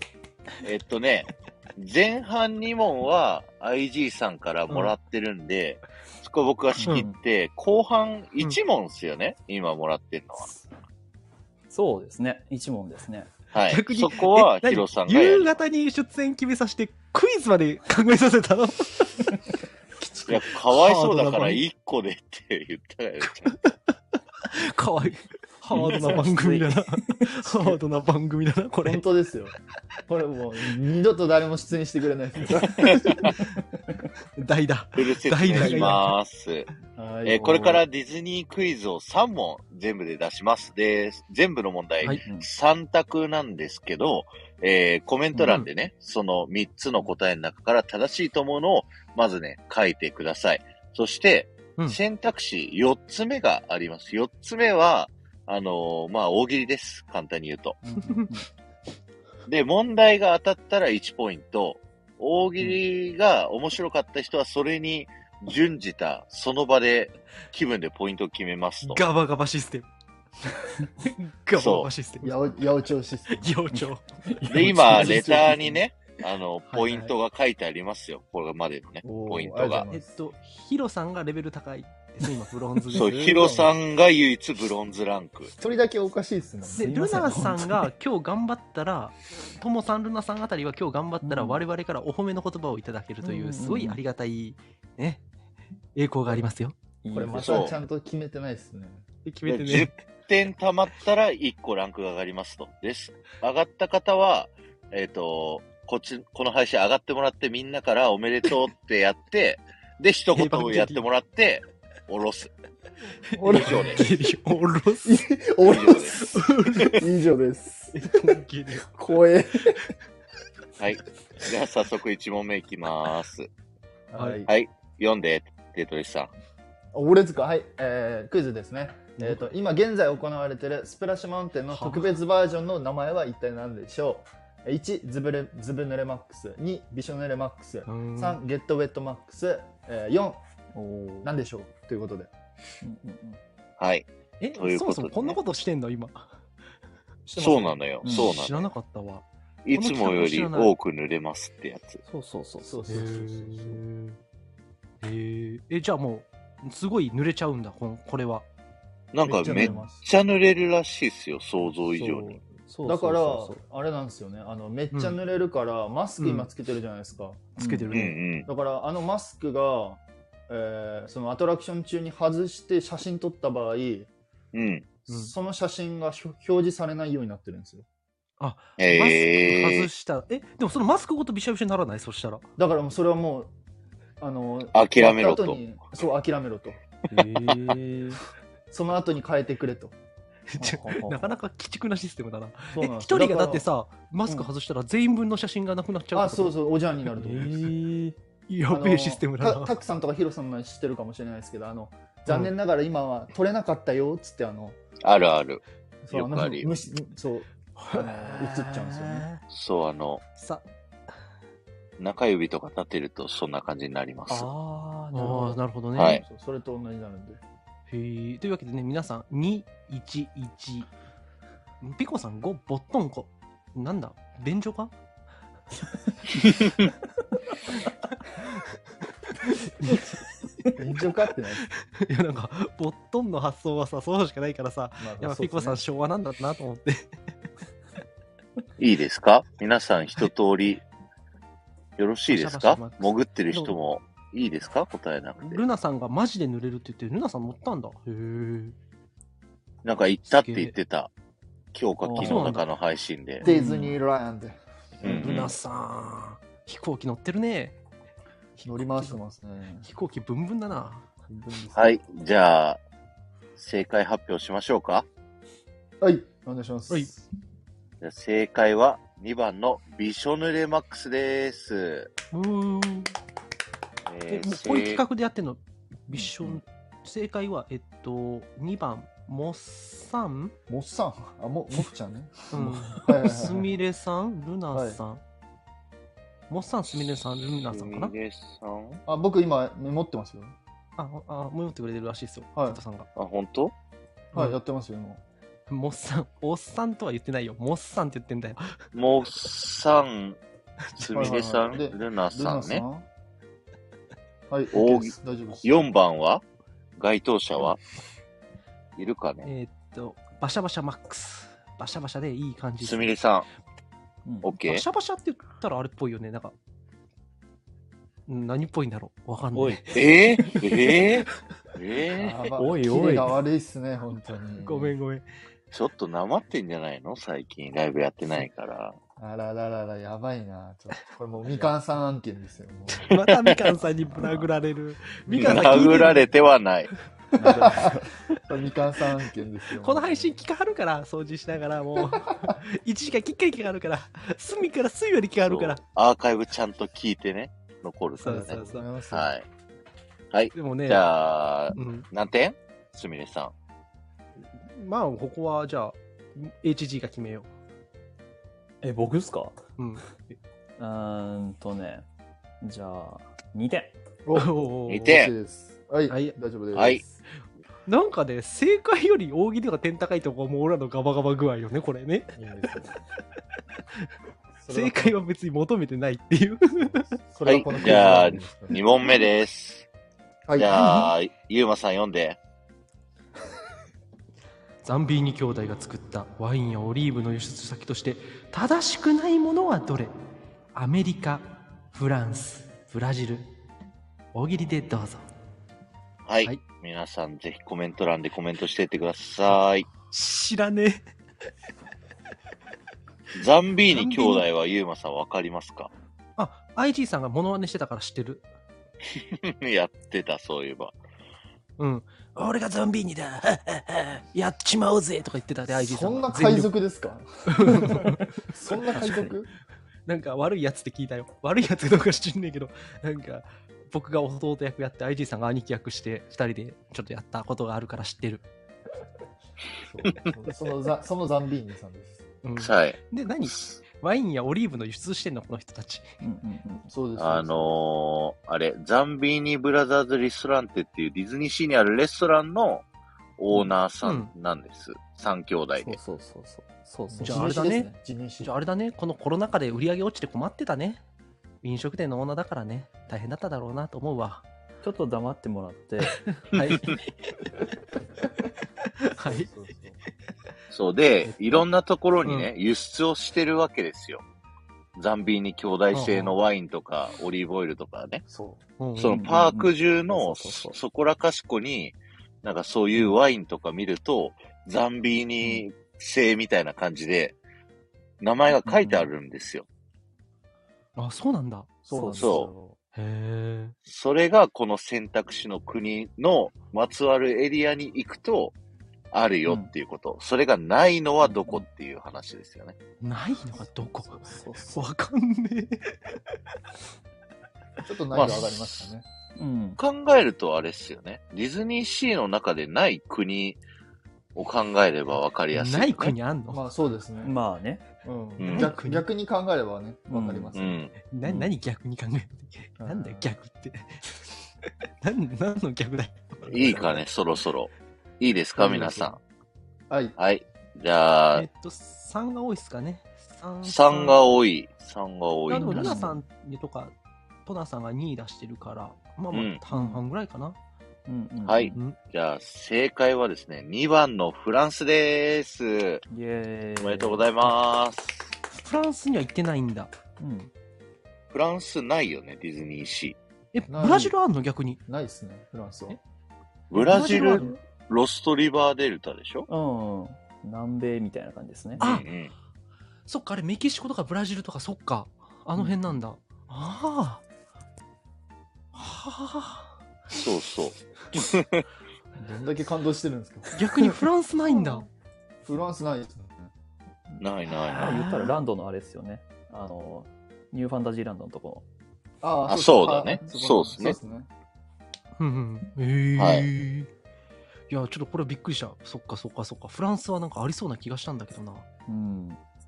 前半2問は IG さんからもらってるんで、そこ僕が仕切って、後半1問ですよね、今もらってるのは。 そうですね。1問ですね。 はい。 逆にそこはヒロさんがやる。 夕方に出演決めさせて、クイズまで考えさせたの。 いや、かわいそうだから1個でって言ったよ。 かわいい。ハードな番組だな。ハードな番組だな、これ。 本当ですよ。これもう二度と誰も出演してくれないです。 代打。 フル説明します。これからディズニークイズを3問全部で出します。で、全部の問題3択なんですけど、コメント欄でね、その3つの答えの中から正しいと思うのをまずね、書いてください。そして、選択肢4つ目があります。4つ目は、大喜利です。簡単に言うと。で、問題が当たったら1ポイント。大喜利が面白かった人はそれに準じた、その場で気分でポイントを決めますと。 ガバガバシステム。ガバガバシステム。 八百長システム。 八百長。 で、今、レターにね、ポイントが書いてありますよ。これまでのね、ポイントが。 ヒロさんがレベル高いですね、今、ブロンズです。 そう、ヒロさんが唯一ブロンズランク。 一人だけおかしいっすもんね。で、ルナさんが今日頑張ったら、トモさん、ルナさんあたりは今日頑張ったら、我々からお褒めの言葉をいただけるという、すごいありがたい、ね、栄光がありますよ。 これまたちゃんと決めてないっすね。 決めてね。 10点貯まったら1個ランクが上がりますと。です。上がった方は、この配信上がってもらってみんなからおめでとうってやって、で、一言をやってもらって、下ろす。以上です。 下ろす。 以上です。怖え。 はい。じゃあ早速1問目いきます。 はい。 はい。読んで、テトリスさん。 俺ですか？はい。クイズですね。今現在行われているスプラッシュマウンテンの特別バージョンの名前は一体何でしょう？1、ズブ濡れマックス。2、びしょ濡れマックス。3、ゲットウェットマックス。4、何でしょうということで。 はい。 そもそもこんなことしてんの今。 そうなのよ。そうなのよ。 知らなかったわ。 いつもより多く濡れますってやつ。 そう。 じゃあもう、すごい濡れちゃうんだ、これは。 なんかめっちゃ濡れるらしいっすよ、想像以上に。 だからあれなんですよね、めっちゃ濡れるから、マスク今つけてるじゃないですか。 つけてるね。だからマスクが、そのアトラクション中に外して写真撮った場合、その写真が表示されないようになってるんですよ。 マスク外したら、でもそのマスクごとびしゃびしゃにならない？そしたら。 だからもうそれはもう諦めろと。 そう、諦めろと。その後に変えてくれと。 なかなか鬼畜なシステムだな。一人がだってさ、マスク外したら全員分の写真がなくなっちゃう。 そう、おじゃんになると思います。 やべえシステムだな。 タクさんとかヒロさんも知ってるかもしれないですけど、残念ながら今は撮れなかったよっつってあるある。 よくあるよ。そう、映っちゃうんですよね。 そう、中指とか立てるとそんな感じになります。 なるほどね。 はい。それと同じになるんで。 というわけでね、皆さん、211。ピコさん5、ボットンコ。なんだ便所か便所かってない？ いや、なんか、ボットンの発想はさ、そうしかないからさ、やっぱピコさん昭和なんだなと思って。 いいですか？皆さん一通り、よろしいですか？潜ってる人もいいですか？答えなくて。 ルナさんがマジで濡れるって言って、ルナさん乗ったんだ。へえ。 なんか行ったって言ってた。今日か昨日の中の配信で。 ディズニーランド。 ルナさん、飛行機乗ってるね。 乗り回してますね。 飛行機ブンブンだな。 はい。じゃあ、正解発表しましょうか。 はい。お願いします。 じゃあ正解は2番のびしょ濡れマックスです。 もうこういう企画でやってんの。びしょ、正解は、2番、モッサンモフちゃんね。 すみれさん、ルナさん。 モッサン、すみれさん、ルミナさんかな。 すみれさん。 あ、僕今メモってますよ。 もう持ってくれてるらしいですよ。 はい佐藤さんが。 あ、本当？ はい、 うんやってますよ、今。 モッサン、おっさんとは言ってないよ。モッサンって言ってんだよ。 もっさん、すみれさん、 はいはいはいでルナさんね。 はい、 お OK です。大丈夫です。 4番は該当者はいるかね。 バシャバシャマックス。バシャバシャでいい感じですすみれさうんん、オッケバシー。 ャバシャって言ったらあれっぽいよね。なんか、何っぽいんだろう。わかんない。 おい、 えー、 やばおいおいキレが悪いっすね、本当に。 ごめん。 ちょっとなまってんじゃないの最近ライブやってないから。 あらららら、やばいな。ちょっとこれもうみかんさん案件ですよ。もうまたみかんさんに殴られる。みかんさん聞いてる殴られてはない。 これみかんさん案件ですよ。 この配信聞かはるから、掃除しながら、もう、1時間きっかり聞かはるから、隅から隅まで聞かはるから。 そうアーカイブちゃんと聞いてね、残るからね。 そうそうはい。はい。 でもね、 じゃあ、 うん、 何点すみれさん。 まあ、ここは、じゃあ、HG が決めよ僕っすか？ う。うん。 じゃあ、2点。 お、 おー 2点 OK です。はい、 はい大丈夫です。 はいなんかね、正解より大喜利が点高いとこはもう俺らのガバガバ具合よね、これね。 いいんですよ。 正解は別に求めてないっていう。 それはこのはいじゃあクイズの 2問目です。 はい。 じゃあ、ゆうまさん読んで。 ザンビーニ兄弟が作ったワインやオリーブの輸出先として正しくないものはどれ？アメリカ、フランス、ブラジル。大喜利でどうぞ。 はい。 はい皆さんぜひコメント欄でコメントしていってください。 知らねザンビーニ兄弟はゆうまさんわかりますか？ え。あ、IG さんがモノマネしてたから知ってる。 やってた、そういえば。 うん。俺がザンビーニだ。やっちまおうぜとか言ってたで、IG さんが。 そんな海賊ですか？そんな海賊？ なんか悪いやつって聞いたよ。悪いやつかどうか知んねえけど、なんか僕が弟役やって IG さんが兄貴役して2人でちょっとやったことがあるから知ってる。 そのザンビーニさんです。 うん、 はい。 で、何ワインやオリーブの輸出してんのこの人たち。 そうです。 あれ、ザンビーニブラザーズ・リストランテっていうディズニーシーにあるレストランのオーナーさんなんです。3兄弟で。 そう。 じゃああれだね地主じゃああれだね、このコロナ禍で売り上げ落ちて困ってたね。飲食店のオーナーだからね、大変だっただろうなと思うわ。 ちょっと黙ってもらって、 はい。はい。 そうで、いろんなところにね、輸出をしてるわけですよ。ザンビーニ兄弟製のワインとか、オリーブオイルとかね。 そう。 そのパーク中のそうそこらかしこに、なんかそういうワインとか見ると、ザンビーニ製みたいな感じで、名前が書いてあるんですよ。 あ、そうなんだ。 そうなんですそよ。 へえ。 それがこの選択肢の国のまつわるエリアに行くと、あるよっていうこと。それがないのはどこっていう話ですよね。 ないのがどこそうわかんねえ。 ちょっと難易度上がりましたね。 考えるとあれっすよね。ディズニーシーの中でない国を考えればわかりやすい、ね。 ない国あんの、 まあそうですね。 まあね。 うん逆に考えればね、わかりますうね。 ん。 何逆に考えるうんなんだよ逆って。何の逆だよ。 いいかね、そろそろ。いいですか、皆さはい。 ん。はい。じゃあ、 3が多いっすかね。 3が多い。3が多い。 でも、ルナさんとか、トナさんが2位出してるから、まあまうんあ、半々ぐらいかな。 はい。 うんじゃあ、正解はですね、2番のフランスです。 イエーイ。 おめでとうございます。 フランスには行ってないんだ。 フランスないよね、ディズニーシー。 ブラジルあんの逆に。 ないですね、フランスは。 ブラジルブラジルある、 ロストリバーデルタでしょ？ 南米みたいな感じですね。 あうんうんそっか、あれメキシコとかブラジルとか、そっか。あの辺なんだ。ああ。はあ。 そうそう。 どんだけ感動してるんですか？ 逆にフランスないんだ。 フランスないですね。 ないないまあない。 言ったらランドのあれですよね。ニューファンタジーランドのとこあそうだねそそうっすねそうですね。 うんうん。へえ。 はいいや、ちょっとこれびっくりした。そっかそっかそっか。フランスはなんかありそうな気がしたんだけどな。 ろ。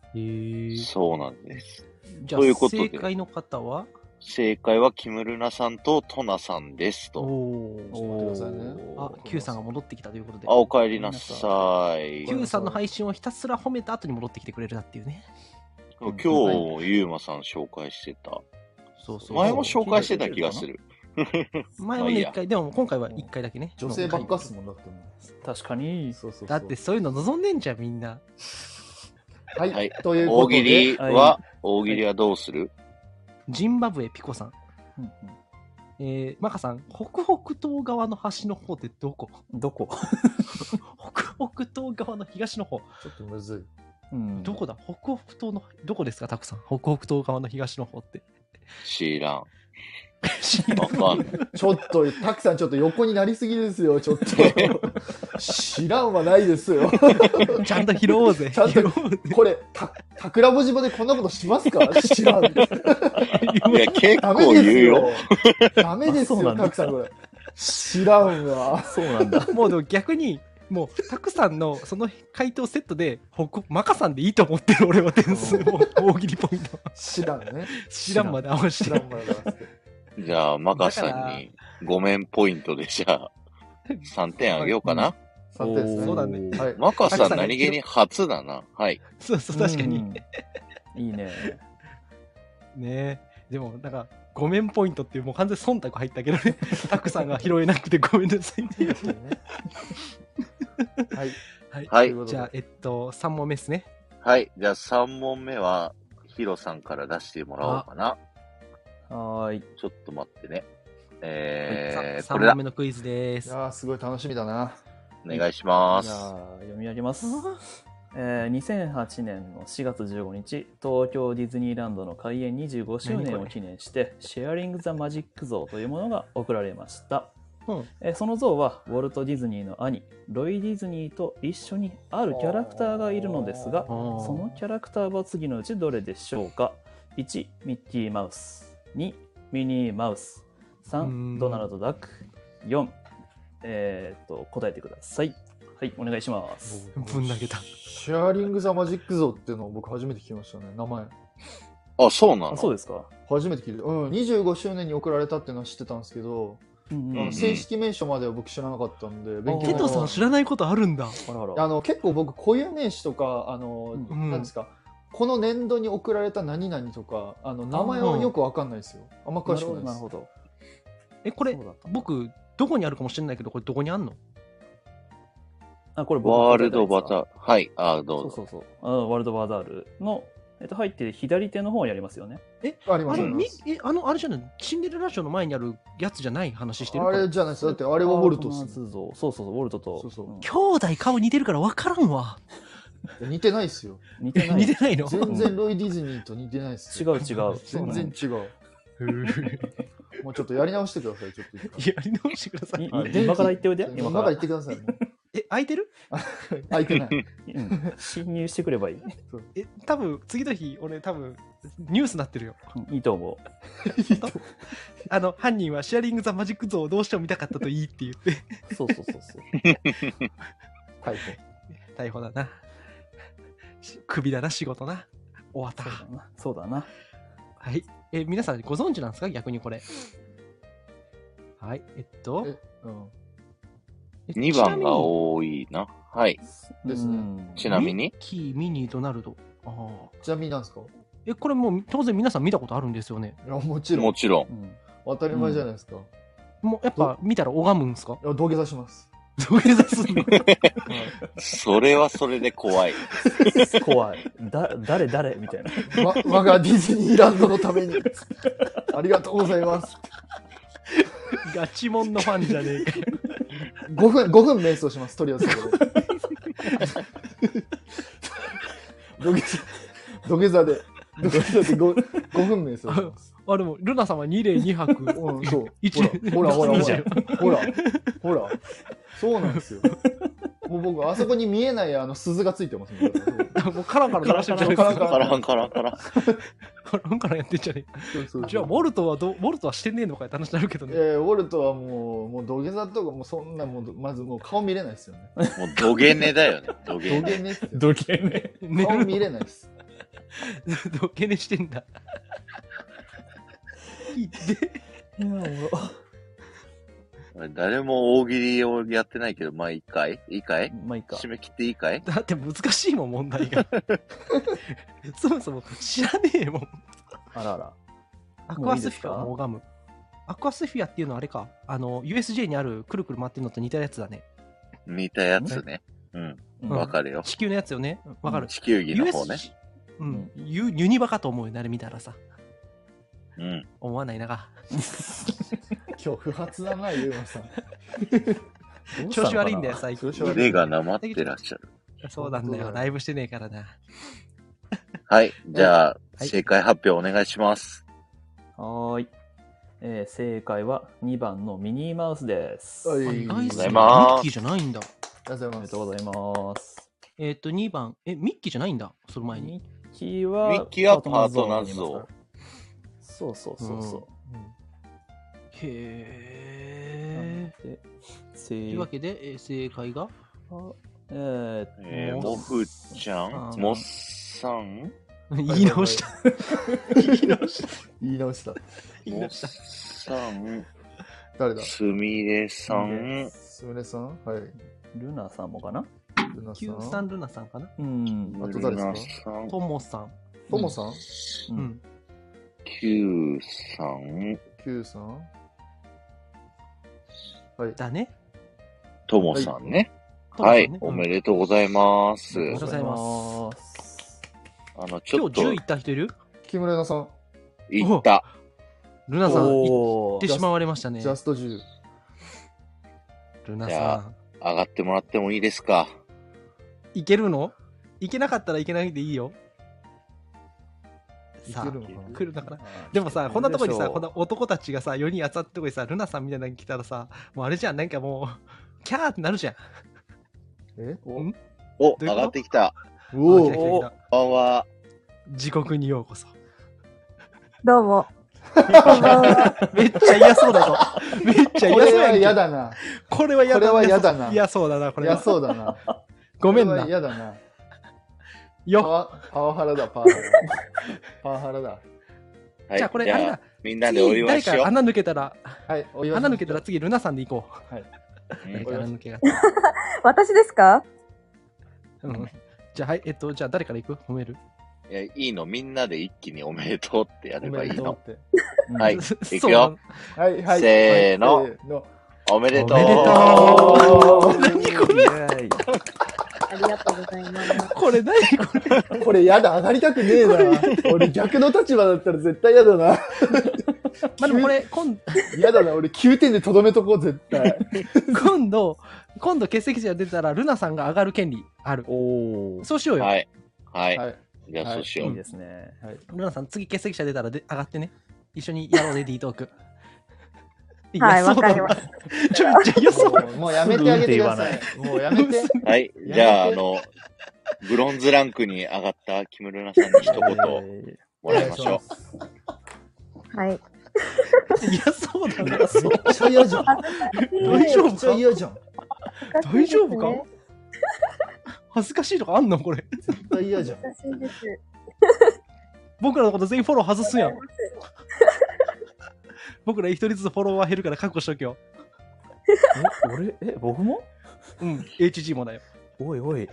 そうなんです。 じゃあ、正解の方は正解はキムルナさんとトナさんですと。 あ、Q さんが戻ってきたということで。 お帰りなさい。 Q さんの配信をひたすら褒めた後に戻ってきてくれるなっていうね。 今日、ゆうまさん紹介してた。前も紹介してた気がする。 前もね、1回、でも今回は1回だけね。 女性ばっかっすもんだって。 確かに。 だってそういうの望んでんじゃん、みんな。 はい。ということで。 大喜利はどうする？ ジンバブエピコさん。マカさん、北北東側の端の方ってどこ？北北東側の東の方。 ちょっとむずい。どこだ？北北東の、どこですか、タクさん。北北東側の東の方って。 知らん。 ちょっと、タクさんちょっと横になりすぎですよ、ちょっと。知らんはないですよ。 ちゃんと拾おうぜ。 ちゃんと、これ、桜ぼ島でこんなことしますか？知らん。いや、結構言うよ。 ダメですよ、タクさんこれ。知らんわ。 そうなんだ。 もうでも逆に、もう、タクさんのその回答セットで、マカさんでいいと思ってる、俺は点数を、大喜利ポイント。 知らんね。 知らんまで合わせて。 じゃあ、マカさんに5面ポイントで、じゃあ、3点あげようかな。 3点ですね。 そうだね。 マカさん何気に初だな。はい。 そう、確かに。 いいね。 ねえ。でも、なんか、5面ポイントっていうもう完全忖度入ったけどね。タクさんが拾えなくてごめんなさいね。はい。じゃあ、3問目ですね。 はい。じゃあ、3問目は、ヒロさんから出してもらおうかな。 はい。 ちょっと待ってね。 3問目のクイズです。 いやー、すごい楽しみだな。 お願いします。 じゃあ、読み上げます。2008年の4月15日、東京ディズニーランドの開園25周年を記念して、シェアリング・ザ・マジック像というものが贈られました。その像は、ウォルト・ディズニーの兄、ロイ・ディズニーと一緒にあるキャラクターがいるのですが、そのキャラクターは次のうちどれでしょうか？ 1、ミッキーマウス。2、ミニーマウス。3、ドナルドダック。4、答えてください。はい、お願いします。 ぶん投げた。 シェアリング・ザ・マジック像っていうのを僕初めて聞きましたね、名前。 あ、そうなの？ そうですか。 初めて聞いた。25周年に贈られたっていうのは知ってたんですけど、正式名称までは僕知らなかったんで、 ケトさん知らないことあるんだ。 結構僕固有名詞とか、なんですか、この年度に贈られた何々とか、名前はよくわかんないですよ。あんま詳しくないです。 なるほど。 これ、僕、どこにあるかもしれないけど、これどこにあんの？ これワールドバザール。はい、どうぞ。 そう。ワールドバザールの、入って左手の方にありますよね。 あります。 あれじゃない、シンデレラ城の前にあるやつじゃない話してる？ あれじゃないです。だってあれはウォルトっす。 そう、ウォルトと。 兄弟顔似てるから分からんわ。 似てないっすよ。 似てないの？ 全然ロイ・ディズニーと似てないっす。 違う。 全然違う。もうちょっとやり直してください。ちょっとやり直してください。 今から言っておいで。 今から言ってください。 空いてる？ 空いてない。 侵入してくればいい。 多分次の日俺多分ニュースなってるよ。 いいと思う。犯人はシェアリング・ザ・マジック像をどうしても見たかったといいって言って。 そう。 逮捕だな。首だな、仕事な。終わった。 そうだな。 はい。皆さんご存知なんですか？逆にこれ。はい。 2番が多いな。はい。 ですね。 ちなみにミッキー、ミニー、ドナルド。 ちなみになんですか？ これもう当然皆さん見たことあるんですよね。 いや、もちろん。 もちろん。 当たり前じゃないですか。 もうやっぱ見たら拝むんですか？ 土下座します。 土下座すんの？ それはそれで怖い。 怖い。誰みたいな。 我がディズニーランドのために。ありがとうございます。 ガチモンのファンじゃねえかよ。 5分瞑想します、とりあえず。土下座で5分瞑想します。 でもルナ様2例2泊。 そう。ほら。そうなんですよ。もう僕あそこに見えない鈴がついてますね。 もうカランカラン鳴らしてるじゃないですか。 カランカランやってんじゃねえ。じゃあウォルトはしてねえのかって話になるけどね。 ウォルトはもう土下座とかもうそんなまずもう顔見れないですよね。 もう土下寝だよね。 土下寝。 土下寝。 顔見れないです。 懸念してんだ。いや、おもろ。 誰も大喜利をやってないけど、まあいいかいいいかいまあいいか。 締め切っていいかいだって難しいもん、問題が。そもそも知らねえもん。 あらあら。 アクアスフィアを拝む。アクアスフィアっていうのはあれか。USJ にあるくるくる回ってるのと似たやつだね。 似たやつね。わかるよ。 地球のやつよね。わかる。 地球儀の方ね。 ユニバかと思うよね、あれ見たらさ。思わないなが。 今日不発だな、ゆうまさん。 調子悪いんだよ、最近。 腕がなまってらっしゃる。 そうなんだよ。ライブしてねえからな。 はい。じゃあ、正解発表お願いします。 はい。正解は2番のミニーマウスです。 ありがとうございます。 ミッキーじゃないんだ。 ありがとうございます。 2番、ミッキーじゃないんだ、その前に。 ミッキーはパートナーズ像。 そうそうそうそう。 へー。というわけで、正解がもふちゃんもっさん言い直した。 言い直した。 もっさん。 誰だ？ すみれさん。 すみれさん？はい。 ルナさんもかな？ ルナさん。 Q さん、ルナさんかな？ あと誰ですか？ ともさん。 ともさん？ Q さん。 Q さん？はい。 だね。 ともさんね。はい。おめでとうございます。 ありがとうございます。 ちょっと。 今日10行った人いる？ 木村菜さん。 行った。 ルナさん、行ってしまわれましたね。 ジャスト10。 ルナさん。 上がってもらってもいいですか？ いけるの？いけなかったらいけないでいいよ。さあ、来るのかな。でもさ、こんなとこにさ、こんな男たちがさ、4人集まったとこにさ、ルナさんみたいなの来たらさ、もうあれじゃん、なんかもう、キャーってなるじゃん。 お、上がってきた。 おお、こんばんは。 地獄にようこそ。 どうも。 めっちゃ嫌そうだぞ。めっちゃ嫌そうやんけ。 嫌だな。 これは嫌だな。 これは嫌だな。 嫌そうだな、これは。 嫌そうだな。 ごめんな。 嫌だな。 よ。 パワハラだ、パワハラ。パワハラだ。 じゃあこれ、あれだ。 みんなでお祝いしよう。 誰か穴抜けたら、 はい、 穴抜けたら次ルナさんで行こう。はい。穴抜けが。 私ですか？ じゃあ、はい、じゃあ誰から行く？褒める？ いや、いいの。みんなで一気におめでとうってやればいいの。 はい。 いくよ。 はいはい。 せーの。おめでとう。 何これ？ ありがとうございます。 これ何これ？ これやだ、上がりたくねえな。俺逆の立場だったら絶対やだな。 まあでもこれ、 やだな、俺9点でとどめとこう、絶対。 今度欠席者が出たら、ルナさんが上がる権利ある。そうしようよ。 はい。はい。じゃあそうしよう。 いいですね。 ルナさん、次欠席者出たら上がってね。一緒にやろうね、D トーク。 はい、わかります。 もうやめてあげてください。もうやめて。 はい。じゃあ、ブロンズランクに上がった木村さんに一言もらいましょう。はい。 いや、そうだね。 めっちゃ嫌じゃん。 大丈夫か？めっちゃ嫌じゃん。 大丈夫か？恥ずかしいとかあんのこれ。 絶対嫌じゃん。 恥ずかしいです。 僕らのこと全員フォロー外すやん。僕ら一人ずつフォロワー減るから覚悟しとけよ。 僕も？ うん、HG もだよ。 おいおい。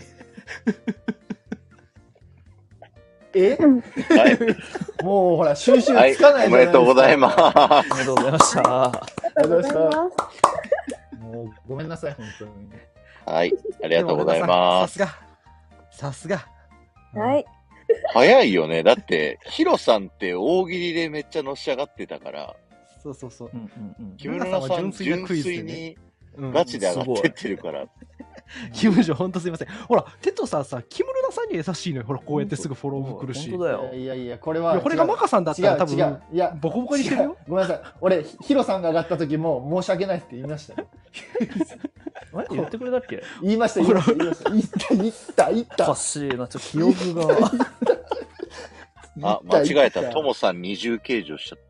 はい。もうほら、収集つかないじゃないですか。 おめでとうございます。 ありがとうございました。 ありがとうございます。 もうごめんなさい、本当に。 はい、ありがとうございます。 さすが。 はい。 早いよね。だって、ヒロさんって大喜利でめっちゃのし上がってたから。 そうそうそう。 木村さん純粋にガチで上がってってるから。 キムジョほんとすいません。ほら、テトさんさ、木村さんに優しいのよ。ほら、こうやってすぐフォローも来るし。 本当だよ。 いやいや、これは。 これがマカさんだったら多分、 いや、 ボコボコにしてるよ。 ごめんなさい。俺、ヒロさんが上がった時も申し訳ないって言いましたよ。 言ってくれたっけ？ 言いました、言った。 おかしいな、ちょっと記憶が。 あ、間違えた。トモさん二重計上しちゃった。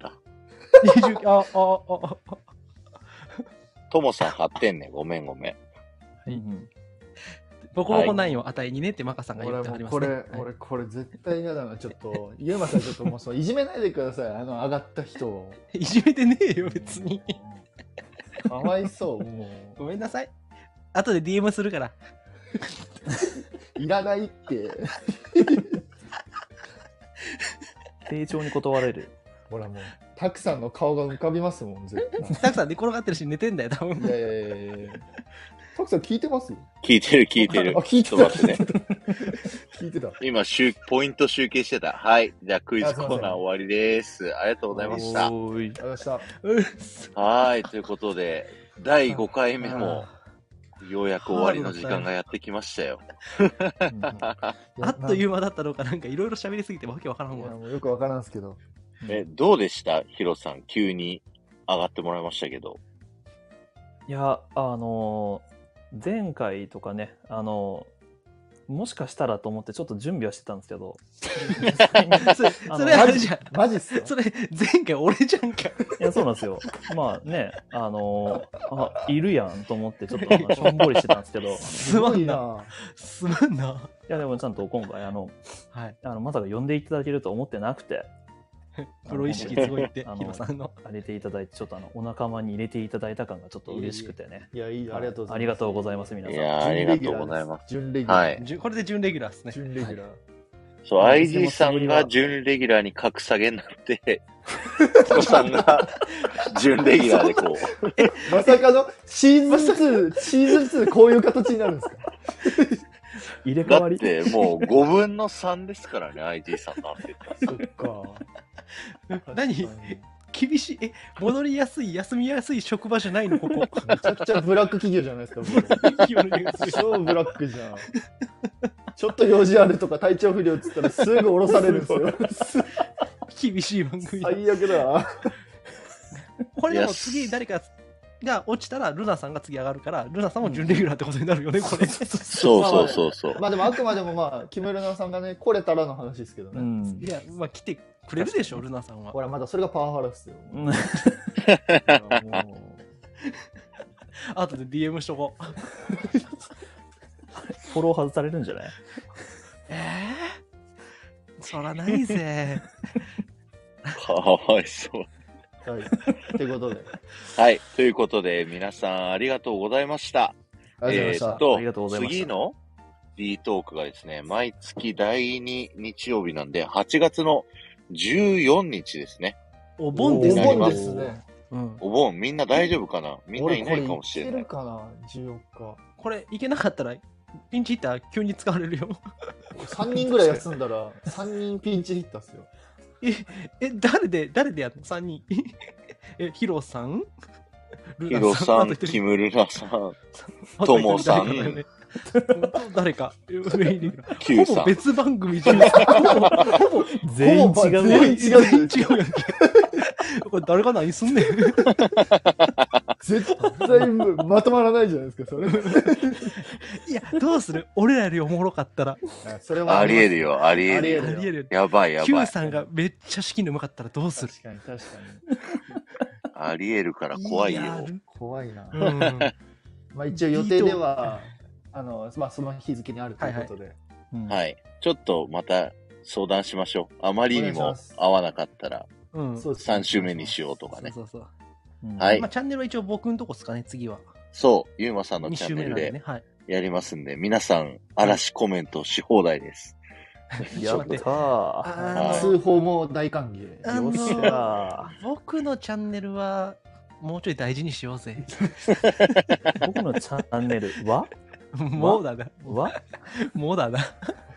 トモさん8点ね。ごめん。 ボコボコ9を値にねってマカさんが言俺ってはりもますね。 俺これ絶対嫌だな。ちょっと、ゆうまさんちょっともういじめないでください。上がった人を。 いじめてねえよ、別に。 かわいそう、もごめんなさい。後で DM するから。 う。いらないって。 丁重に断れる。 ほらもう、たくさんの顔が浮かびますもん、絶たくさん寝転がってるし寝てんだよ、多分。 対。いやいやいやいやたくさん聞いてます聞いてる聞いてる。 あ、聞いてた。 ちょっと待ってね。 聞いてた。 今、ポイント集計してた。はい。じゃあ、クイズコーナー終わりです。ありがとうございました。 おーい。 ありがとうございました。 はい。ということで、第5回目も、ようやく終わりの時間がやってきましたよ。 あっという間だったのか、なんかいろいろ喋りすぎてわけわからんわ。 もうよくわからんすけど。 どうでしたヒロさん、急に上がってもらいましたけど。 いや、前回とかね、もしかしたらと思ってちょっと準備はしてたんですけど、 それあれじゃん。 マジっすか？ それ、前回俺じゃんか。 いや、そうなんですよ。まあね、いるやんと思ってちょっとしょんぼりしてたんですけど、いすまんな。すまんな。 や、でもちゃんと今回、 はい。 まさか呼んでいただけると思ってなくて、 プロ意識すごいって、 あのヒロさんの。 入れていただいて、ちょっとお仲間に入れていただいた感がちょっと嬉しくてね。 いや、いい、ありがとうございます。 ありがとうございます、皆さん。 いやー、ありがとうございます。 準レギュラー。 はい。 これで準レギュラーですね。 準レギュラー。 そう、IG さんが準レギュラーに格下げになって、ヒロさんが準レギュラーでこう。 まさかのシーズン2こういう形になるんですか？ 入れ替わり。 だってもう5分の3ですからね、IG さんなんて言ったら。 そっか。 何厳しい。戻りやすい、休みやすい職場じゃないの、ここ。 めちゃくちゃブラック企業じゃないですか。もう超ブラックじゃん。ちょっと用事あるとか体調不良っつったらすぐ降ろされるんですよ。 厳しい番組。 最悪だ。 これでも次誰かが落ちたらルナさんが次上がるからルナさんも準レギュラーってことになるよね、これ。 そう。 まあでもあくまでもまあ、キムルナさんがね、来れたらの話ですけどね。 うん。 いや、まあ来てくれるでしょ、ルナさんは。 ほら、まだそれがパワハラっすよ。 うんもうあとで DM しとこう。 フォロー外されるんじゃない？ そらないぜ。 かわいそう。 はい。ということで。 はい。ということで、皆さんありがとうございました。 ありがとうございました。 ありがとうございました次の D トークがですね、毎月第2日曜日なんで、8月の14日ですね。 お盆ですね。 お盆ですね。 うん。 お盆、みんな大丈夫かな？みんないないかもしれない俺こ。れいけるかな ?14 日。 これいけなかったらピンチヒッター急に使われるよ。 3人ぐらい休んだら、3人ピンチヒッターっすよ。 誰でやるの ?3 人。ヒロさんヒロさん、キムルナさん、トモさん、 誰か。 キューさんほぼ別番組じゃないですか。ほぼ全員違う全員全員違うやんけ。これ誰が何すんねん。 絶対まとまらないじゃないですか、それ。 いや、どうする俺らよりおもろかったら。 それはありえるよ、ありえるよ。 ありえるありえる。 やばいや Q ばい。 さんがめっちゃ式のうまかったらどうする？ 確かに、確かありえるから怖いよ。 に。怖いな。 うん。 まあ一応予定では、まあその日付にあるということで。 はい。ちょっとまた相談しましょう。あまりにもお願いします合わなかったら、 うん。 そうですね 3週目にしようとかね。 そうそう。 はいまあ、チャンネルは一応僕んとこっすかね、次は。 そう、ゆうまさんの 2 チャンネルで週目なんでね。はい。 やりますんで、皆さん、嵐コメントし放題です。 やったー。 はい通報も大歓迎。 よっしゃ僕のチャンネルはもうちょい大事にしようぜ。 ー。僕のチャンネルはもうだな。 はもうだな。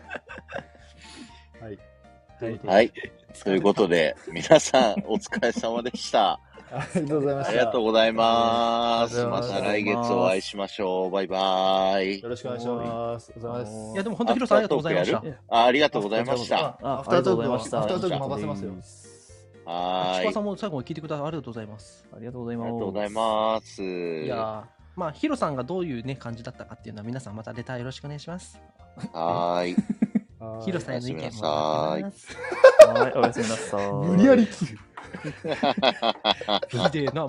はい。 はい。ということで、皆さん、お疲れ様でした。 ありがとうございました。 ありがとうございます。まありがとうございますた来月お会いしましょう。バイバイよ。ろしくお願いします。お疲れ様です。 いや、でも本当、ヒロさんありがとうございました。 ありがとうございました。 アフタートークは、 ありがとうございましたアフタートーク任せますよ。 はーい。 ちかさんも最後まで聞いてください。ありがとうございます。 ありがとうございます。 ありがとうございます。 いやー、まあ、ヒロさんがどういうね、感じだったかっていうのは皆さんまたレターよろしくお願いします。 はーい。 はいヒロさんへの意見もおやすみなさい待ってます。 はい、おやすみなさい。 無理やり切る。 ひでえな。